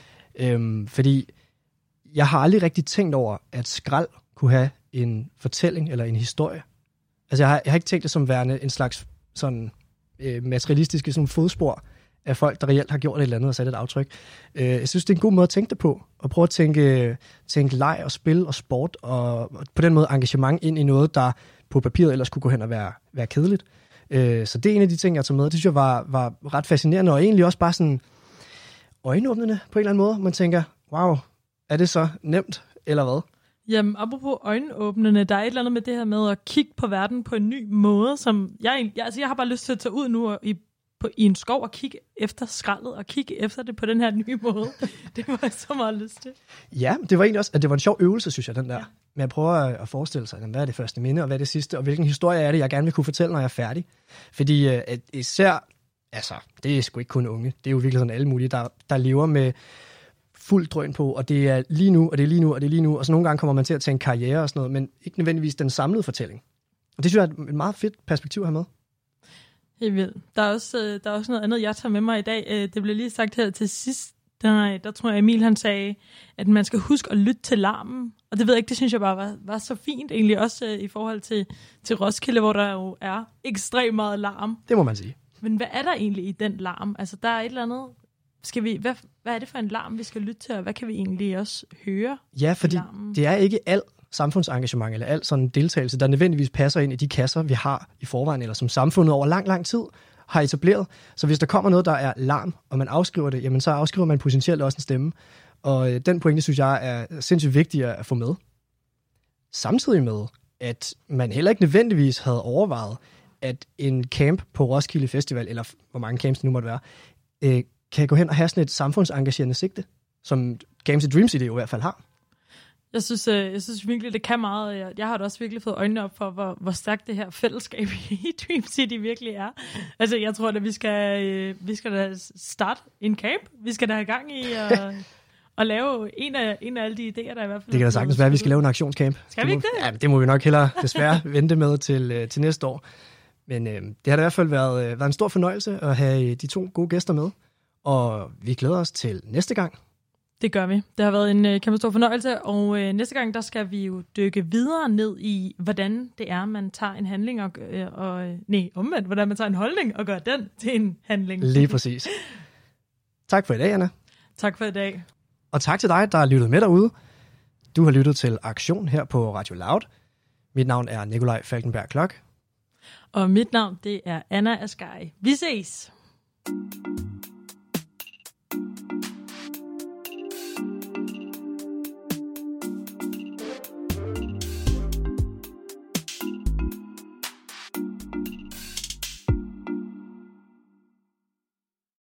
A: Øhm, fordi jeg har aldrig rigtig tænkt over, at skrald kunne have en fortælling eller en historie. Altså, jeg har, jeg har ikke tænkt det som værende en slags sådan øh, materialistiske sådan fodspor af folk, der reelt har gjort et eller andet og sat et aftryk. Øh, jeg synes, det er en god måde at tænke det på, og prøve at tænke, tænke leg og spil og sport, og, og på den måde engagement ind i noget, der på papiret ellers kunne gå hen og være, være kedeligt. Øh, så det er en af de ting, jeg tager med. Det synes jeg var, var ret fascinerende, og egentlig også bare sådan øjenåbnende på en eller anden måde. Man tænker, wow, er det så nemt, eller hvad?
B: Jamen, apropos øjenåbnende, der er et eller andet med det her med at kigge på verden på en ny måde, som jeg, jeg, altså jeg har bare lyst til at tage ud nu og i På, i en skov og kigge efter skraldet, og kigge efter det på den her nye måde. Det var jeg så meget lyst til.
A: Ja, det var egentlig også, at det var en sjov øvelse, synes jeg, den der. Ja. Men jeg prøver at forestille sig, hvad er det første minde, og hvad er det sidste, og hvilken historie er det, jeg gerne vil kunne fortælle, når jeg er færdig. Fordi at især, altså, det er sgu ikke kun unge, det er jo virkelig sådan alle mulige, der, der lever med fuld drøn på, og det er lige nu, og det er lige nu, og det er lige nu, og så nogle gange kommer man til at tænke karriere og sådan noget, men ikke nødvendigvis den samlede fortælling. Og det synes jeg er et meget fedt perspektiv her med.
B: Helt vildt. Der er også, der er også noget andet, jeg tager med mig i dag. Det blev lige sagt her til sidst. Der, der tror jeg, Emil han sagde, at man skal huske at lytte til larmen. Og det ved jeg ikke, det synes jeg bare var, var så fint egentlig også i forhold til, til Roskilde, hvor der jo er ekstremt meget larm.
A: Det må man sige.
B: Men hvad er der egentlig i den larm? Altså der er et eller andet... Skal vi, hvad, hvad er det for en larm, vi skal lytte til, og hvad kan vi egentlig også høre?
A: Ja, fordi det er ikke alt samfundsengagement eller alt sådan deltagelse, der nødvendigvis passer ind i de kasser, vi har i forvejen, eller som samfundet over lang, lang tid har etableret. Så hvis der kommer noget, der er larm, og man afskriver det, jamen så afskriver man potentielt også en stemme. Og øh, den pointe, synes jeg, er sindssygt vigtig at få med. Samtidig med, at man heller ikke nødvendigvis havde overvejet, at en camp på Roskilde Festival, eller hvor mange camps det nu måtte være, øh, kan gå hen og have sådan et samfundsengagerende sigte, som Games i Dream City jo i hvert fald har.
B: Jeg synes, jeg synes virkelig, det kan meget. Jeg, jeg har da også virkelig fået øjnene op for, hvor, hvor stærkt det her fællesskab i Dream City virkelig er. Altså, jeg tror, at vi skal, vi skal da starte en camp. Vi skal da have gang i at, at lave en af, en af alle de idéer, der i hvert fald...
A: Det kan da sagtens være, at vi skal lave en aktionscamp.
B: Skal vi ikke det?
A: Ja, det må vi nok hellere desværre vente med til, til næste år. Men øh, det har da i hvert fald været, været en stor fornøjelse at have de to gode gæster med. Og vi glæder os til næste gang. Det
B: gør vi. Det har været en øh, kæmpe stor fornøjelse, og øh, næste gang, der skal vi jo dykke videre ned i, hvordan det er, man tager en handling, og, øh, og nej, omvendt, hvordan man tager en holdning og gør den til en handling.
A: Lige præcis. Tak for i dag, Anna.
B: Tak for i dag.
A: Og tak til dig, der har lyttet med derude. Du har lyttet til Aktion her på Radio Loud. Mit navn er Nikolaj Falkenberg Klok.
B: Og mit navn, det er Anna Asgari. Vi ses!